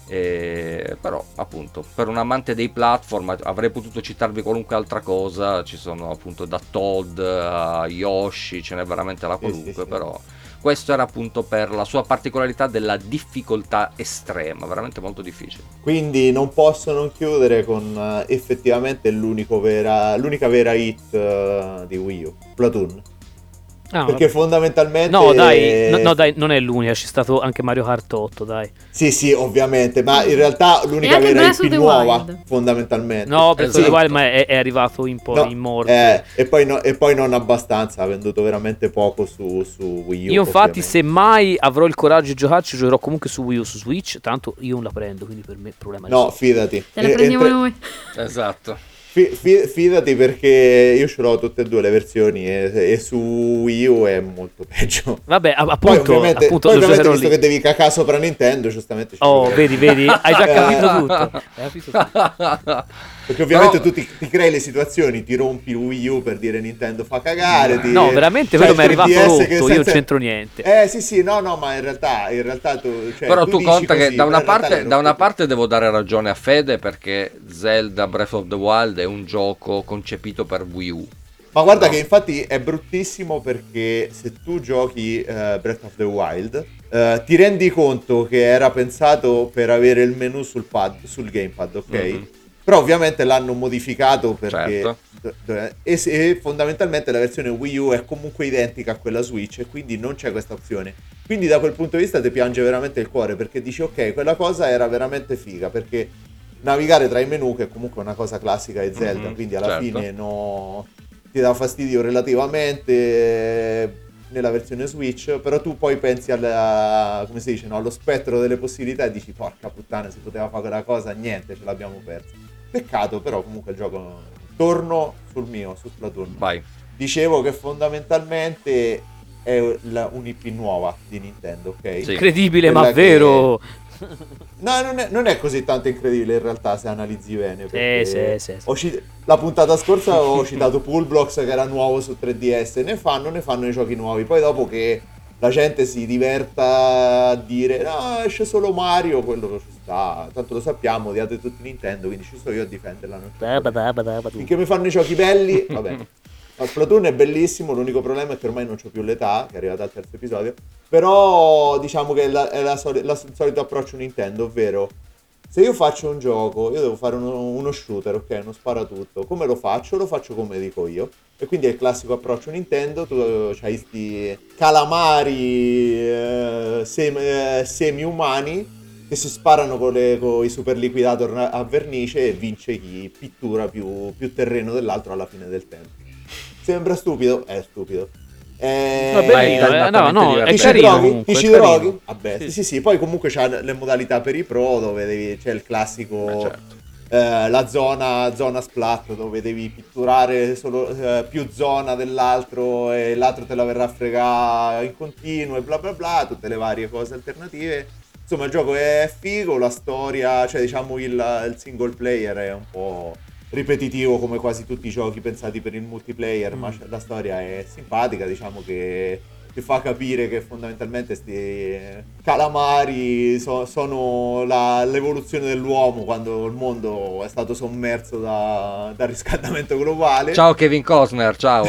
Speaker 1: Però appunto per un amante dei platform avrei potuto citarvi qualunque altra cosa, ci sono appunto da Toad a Yoshi, ce n'è veramente la qualunque,
Speaker 2: sì.
Speaker 1: però questo era appunto per la sua particolarità della difficoltà estrema, veramente molto difficile.
Speaker 2: Quindi non posso non chiudere con effettivamente l'unica vera hit di Wii U, Splatoon.
Speaker 3: Ah,
Speaker 2: Perché fondamentalmente
Speaker 3: no, dai, no, dai, non è l'unica, c'è stato anche Mario Kart 8, dai.
Speaker 2: Sì, ovviamente, ma in realtà l'unica
Speaker 4: E anche
Speaker 2: vera
Speaker 4: Breath
Speaker 2: hit
Speaker 4: of the
Speaker 2: nuova,
Speaker 4: Wild.
Speaker 2: fondamentalmente.
Speaker 3: No, Breath of the
Speaker 1: Esatto.
Speaker 3: Wild ma è arrivato in morte.
Speaker 2: E poi non abbastanza, ha venduto veramente poco su Wii U.
Speaker 3: Io infatti
Speaker 2: ovviamente.
Speaker 3: se mai avrò il coraggio di giocarci giocherò comunque su Wii U, su Switch, tanto io non la prendo, quindi per me il problema è
Speaker 2: No, fidati.
Speaker 4: Te la prendiamo noi.
Speaker 1: Esatto.
Speaker 2: Fidati perché io ce l'ho tutte e due le versioni e su Wii U è molto peggio.
Speaker 3: Vabbè,
Speaker 2: Poi
Speaker 3: appunto
Speaker 2: ovviamente,
Speaker 3: lo
Speaker 2: ovviamente
Speaker 3: giocherò
Speaker 2: visto
Speaker 3: lì.
Speaker 2: che devi cacare sopra Nintendo, giustamente ci
Speaker 3: Oh,
Speaker 2: giocherai.
Speaker 3: vedi, hai già capito tutto. Hai capito tutto.
Speaker 2: Perché ovviamente
Speaker 1: Però-
Speaker 2: tu ti crei le situazioni, ti rompi il Wii U per dire Nintendo fa cagare.
Speaker 3: No, veramente
Speaker 2: cioè,
Speaker 3: quello mi è arrivato
Speaker 2: 3DS
Speaker 3: rotto,
Speaker 2: che
Speaker 3: io non c'entro niente.
Speaker 2: Sì, no, ma in realtà tu... Cioè,
Speaker 1: Però tu
Speaker 2: dici
Speaker 1: conta
Speaker 2: così,
Speaker 1: che da
Speaker 2: però
Speaker 1: una
Speaker 2: in realtà
Speaker 1: parte,
Speaker 2: l'hai
Speaker 1: da una
Speaker 2: rotto
Speaker 1: parte devo dare ragione a Fede, perché Zelda Breath of the Wild è un gioco concepito per Wii U.
Speaker 2: Ma guarda
Speaker 1: No.
Speaker 2: che infatti è bruttissimo perché se tu giochi Breath of the Wild ti rendi conto che era pensato per avere il menu sul gamepad, ok?
Speaker 1: Mhm.
Speaker 2: Però ovviamente l'hanno modificato perché
Speaker 1: Certo.
Speaker 2: e fondamentalmente la versione Wii U è comunque identica a quella Switch e quindi non c'è questa opzione. Quindi da quel punto di vista ti piange veramente il cuore perché dici ok, quella cosa era veramente figa perché navigare tra i menu, che comunque è una cosa classica di Zelda, quindi alla fine ti dà fastidio relativamente nella versione Switch, però tu poi pensi come si dice, no? Allo spettro delle possibilità e dici porca puttana, si poteva fare quella cosa, niente, ce l'abbiamo persa. Peccato, però comunque il gioco... Torno su Splatoon.
Speaker 1: Vai.
Speaker 2: Dicevo che fondamentalmente è un'IP nuova di Nintendo, ok?
Speaker 3: Sì. Incredibile, ma vero!
Speaker 2: No, non è così tanto incredibile in realtà, se analizzi bene.
Speaker 3: Sì.
Speaker 2: La puntata scorsa ho citato Pool Blocks, che era nuovo su 3DS. Ne fanno i giochi nuovi. Poi dopo che la gente si diverta a dire no, esce solo Mario, quello ci sta. Tanto lo sappiamo, odiate tutti Nintendo, quindi ci sto io a difenderla. Finché mi fanno i giochi belli, va bene. Splatoon è bellissimo, l'unico problema è che ormai non c'ho più l'età, che è arrivata al terzo episodio, però diciamo che è il solito approccio Nintendo, ovvero se io faccio un gioco, io devo fare uno shooter, ok, uno sparatutto, come lo faccio? Lo faccio come dico io, e quindi è il classico approccio Nintendo, tu c'hai sti calamari semi-umani che si sparano con i super liquidator a vernice e vince chi pittura più terreno dell'altro alla fine del tempo. Sembra stupido? È stupido.
Speaker 3: Va bene, no, è carino.
Speaker 2: Ti ci droghi? Vabbè, sì. Poi comunque c'ha le modalità per i pro, dove c'è il classico la zona splat, dove devi pitturare solo più zona dell'altro e l'altro te la verrà a fregare in continuo e bla bla bla, tutte le varie cose alternative. Insomma, il gioco è figo, la storia, cioè diciamo il single player è un po' ripetitivo come quasi tutti i giochi pensati per il multiplayer, ma la storia è simpatica, diciamo che ti fa capire che fondamentalmente sti calamari sono l'evoluzione dell'uomo quando il mondo è stato sommerso dal riscaldamento globale.
Speaker 1: Ciao Kevin Costner, ciao.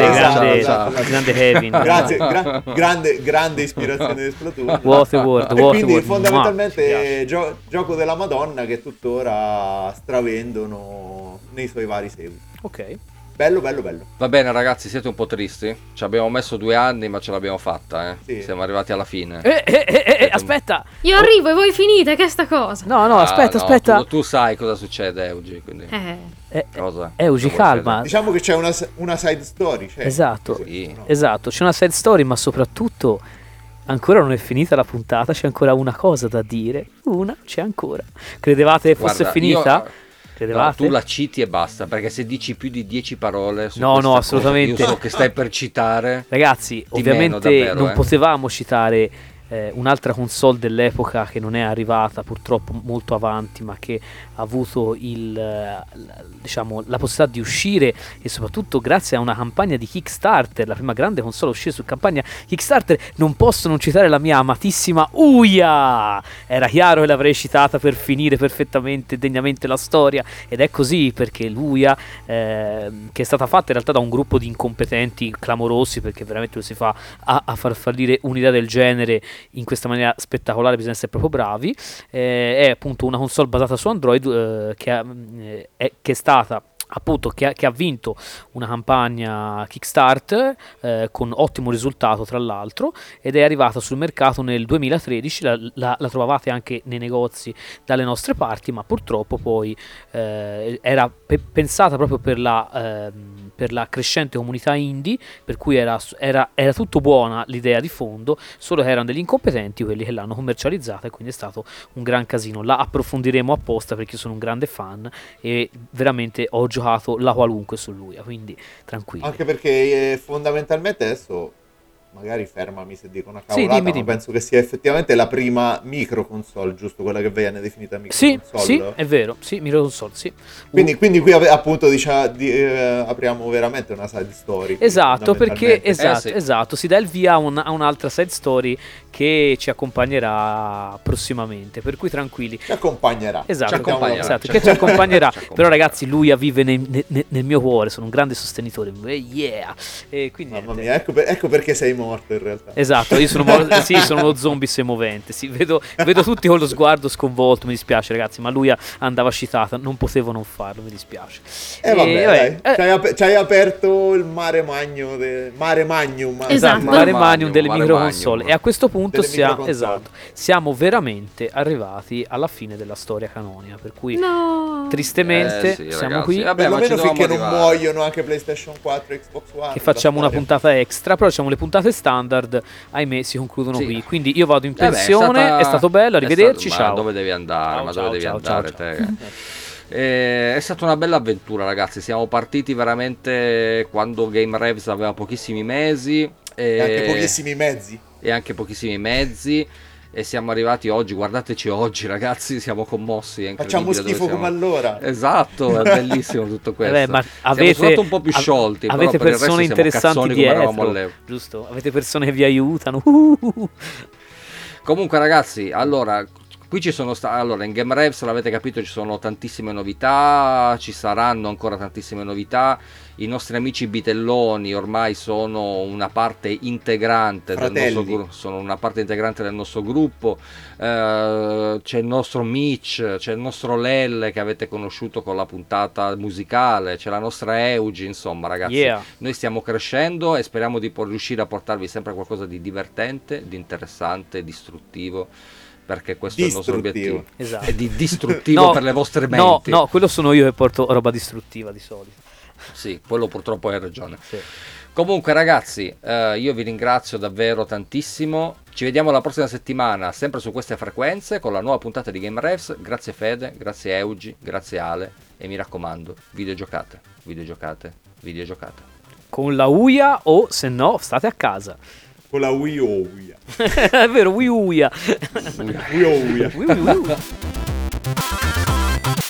Speaker 3: Grande Kevin.
Speaker 2: Grazie, grande ispirazione di Splatoon.
Speaker 3: Waterworld.
Speaker 2: Quindi fondamentalmente gioco della Madonna che tuttora stravendono nei suoi vari seguiti.
Speaker 3: Ok.
Speaker 2: Bello.
Speaker 1: Va bene ragazzi, siete un po' tristi? Ci abbiamo messo 2 anni ma ce l'abbiamo fatta,
Speaker 2: Sì.
Speaker 1: Siamo arrivati alla fine.
Speaker 3: Aspetta.
Speaker 4: Io arrivo e voi finite, che è sta cosa?
Speaker 3: No, aspetta.
Speaker 1: Tu sai cosa succede, Eugi, quindi... Cosa?
Speaker 3: Eugi, calma.
Speaker 2: Diciamo che c'è una side story.
Speaker 3: Esatto.
Speaker 1: Sì.
Speaker 3: Esatto, c'è una side story, ma soprattutto ancora non è finita la puntata, c'è ancora una cosa da dire. C'è ancora. Credevate fosse finita?
Speaker 1: No, tu la citi e basta, perché se dici più di 10 parole su
Speaker 3: no, assolutamente.
Speaker 1: Cosa, io so che stai per citare.
Speaker 3: Ragazzi, ovviamente
Speaker 1: davvero,
Speaker 3: non potevamo citare un'altra console dell'epoca che non è arrivata purtroppo molto avanti, ma che ha avuto la possibilità di uscire, e soprattutto grazie a una campagna di Kickstarter, la prima grande console a uscire su campagna Kickstarter. Non posso non citare la mia amatissima Ouya. Era chiaro che l'avrei citata per finire perfettamente, degnamente la storia, ed è così perché l'Ouya, che è stata fatta in realtà da un gruppo di incompetenti clamorosi, perché veramente lo si fa a far fallire un'idea del genere in questa maniera spettacolare, bisogna essere proprio bravi. È appunto una console basata su Android, che è stata appunto che ha vinto una campagna Kickstarter con ottimo risultato tra l'altro, ed è arrivata sul mercato nel 2013. La trovavate anche nei negozi dalle nostre parti, ma purtroppo poi era pensata proprio per la crescente comunità indie, per cui era tutto buona l'idea di fondo, solo che erano degli incompetenti quelli che l'hanno commercializzata, e quindi è stato un gran casino. La approfondiremo apposta perché io sono un grande fan e veramente ho giocato la qualunque su lui, quindi tranquillo.
Speaker 2: Anche perché fondamentalmente adesso, magari fermami se dico una cavolata,
Speaker 3: dimmi.
Speaker 2: ma penso che sia effettivamente la prima micro console, giusto? Quella che viene definita micro console.
Speaker 3: Sì, è vero, micro console, sì.
Speaker 2: Quindi qui appunto apriamo veramente una side story.
Speaker 3: Esatto, perché
Speaker 1: sì.
Speaker 3: esatto, si dà il via a un'altra side story che ci accompagnerà prossimamente, per cui tranquilli.
Speaker 2: Ci accompagnerà.
Speaker 3: Esatto,
Speaker 1: Esatto.
Speaker 3: che ci accompagnerà. Però ragazzi, lui vive nel mio cuore, sono un grande sostenitore. Yeah. E quindi
Speaker 2: mamma mia, ecco perché sei morto in realtà.
Speaker 3: Esatto, io sono morto, sì, sono uno zombie semovente. Sì, vedo tutti con lo sguardo sconvolto. Mi dispiace, ragazzi, ma lui andava citata, non potevo non farlo. Mi dispiace.
Speaker 2: Vabbè, dai, c'hai aperto il mare magnum.
Speaker 3: Esatto, mare magnum delle
Speaker 1: mare
Speaker 3: microconsole.
Speaker 1: magnum.
Speaker 3: E a questo punto
Speaker 2: Esatto.
Speaker 3: siamo veramente arrivati alla fine della storia canonica. Per cui,
Speaker 4: No.
Speaker 3: tristemente,
Speaker 1: Sì,
Speaker 3: siamo
Speaker 1: ragazzi.
Speaker 3: qui.
Speaker 1: Vabbè, ma
Speaker 2: Perlomeno
Speaker 1: ci
Speaker 2: finché
Speaker 1: dovevamo
Speaker 2: non
Speaker 1: arrivare.
Speaker 2: muoiono anche PlayStation 4 e Xbox One.
Speaker 3: Che facciamo una
Speaker 2: la storia.
Speaker 3: puntata extra, però diciamo le puntate standard, ahimè, si concludono
Speaker 1: Sì.
Speaker 3: qui. Quindi io vado in
Speaker 1: Beh,
Speaker 3: pensione, è stato bello, arrivederci,
Speaker 1: ma
Speaker 3: ciao.
Speaker 1: dove devi andare?
Speaker 3: Ciao,
Speaker 1: ma
Speaker 3: ciao,
Speaker 1: dove devi
Speaker 3: ciao,
Speaker 1: andare
Speaker 3: ciao,
Speaker 1: te? È stata una bella avventura, ragazzi. Siamo partiti veramente quando Game Revs aveva pochissimi mesi
Speaker 2: E anche pochissimi mezzi.
Speaker 1: e siamo arrivati oggi. Guardateci oggi, ragazzi, siamo commossi, è
Speaker 2: Facciamo
Speaker 1: incredibile
Speaker 2: schifo
Speaker 1: dove
Speaker 2: come
Speaker 1: siamo.
Speaker 2: allora.
Speaker 1: Esatto, è bellissimo tutto questo.
Speaker 3: Ma
Speaker 1: siamo soltanto un po' più sciolti,
Speaker 3: avete
Speaker 1: però per il resto
Speaker 3: persone
Speaker 1: siamo
Speaker 3: interessanti
Speaker 1: cazzoni come eravamo
Speaker 3: dietro,
Speaker 1: all'epoca.
Speaker 3: giusto? Avete persone che vi aiutano.
Speaker 1: Comunque, ragazzi, allora qui ci sono allora in Game Revs, l'avete capito, ci sono tantissime novità, ci saranno ancora tantissime novità. I nostri amici bitelloni ormai sono una parte integrante del nostro gruppo. C'è il nostro Mitch, c'è il nostro Lelle che avete conosciuto con la puntata musicale, c'è la nostra Eugi, insomma, ragazzi, noi stiamo crescendo e speriamo di riuscire a portarvi sempre qualcosa di divertente, di interessante, di istruttivo, perché questo è il nostro obiettivo.
Speaker 3: Esatto.
Speaker 1: È di distruttivo per le vostre menti.
Speaker 3: No, quello sono io che porto roba distruttiva di solito.
Speaker 1: Sì, quello purtroppo hai ragione.
Speaker 3: Sì.
Speaker 1: Comunque, ragazzi, io vi ringrazio davvero tantissimo. Ci vediamo la prossima settimana, sempre su queste frequenze, con la nuova puntata di Game Revs. Grazie Fede, grazie Eugi, grazie Ale. E mi raccomando, videgiocate.
Speaker 3: Con la UIA o se no state a casa.
Speaker 2: Con la Wii Uia.
Speaker 3: È vero, Wii UIA.
Speaker 2: Wii Uia.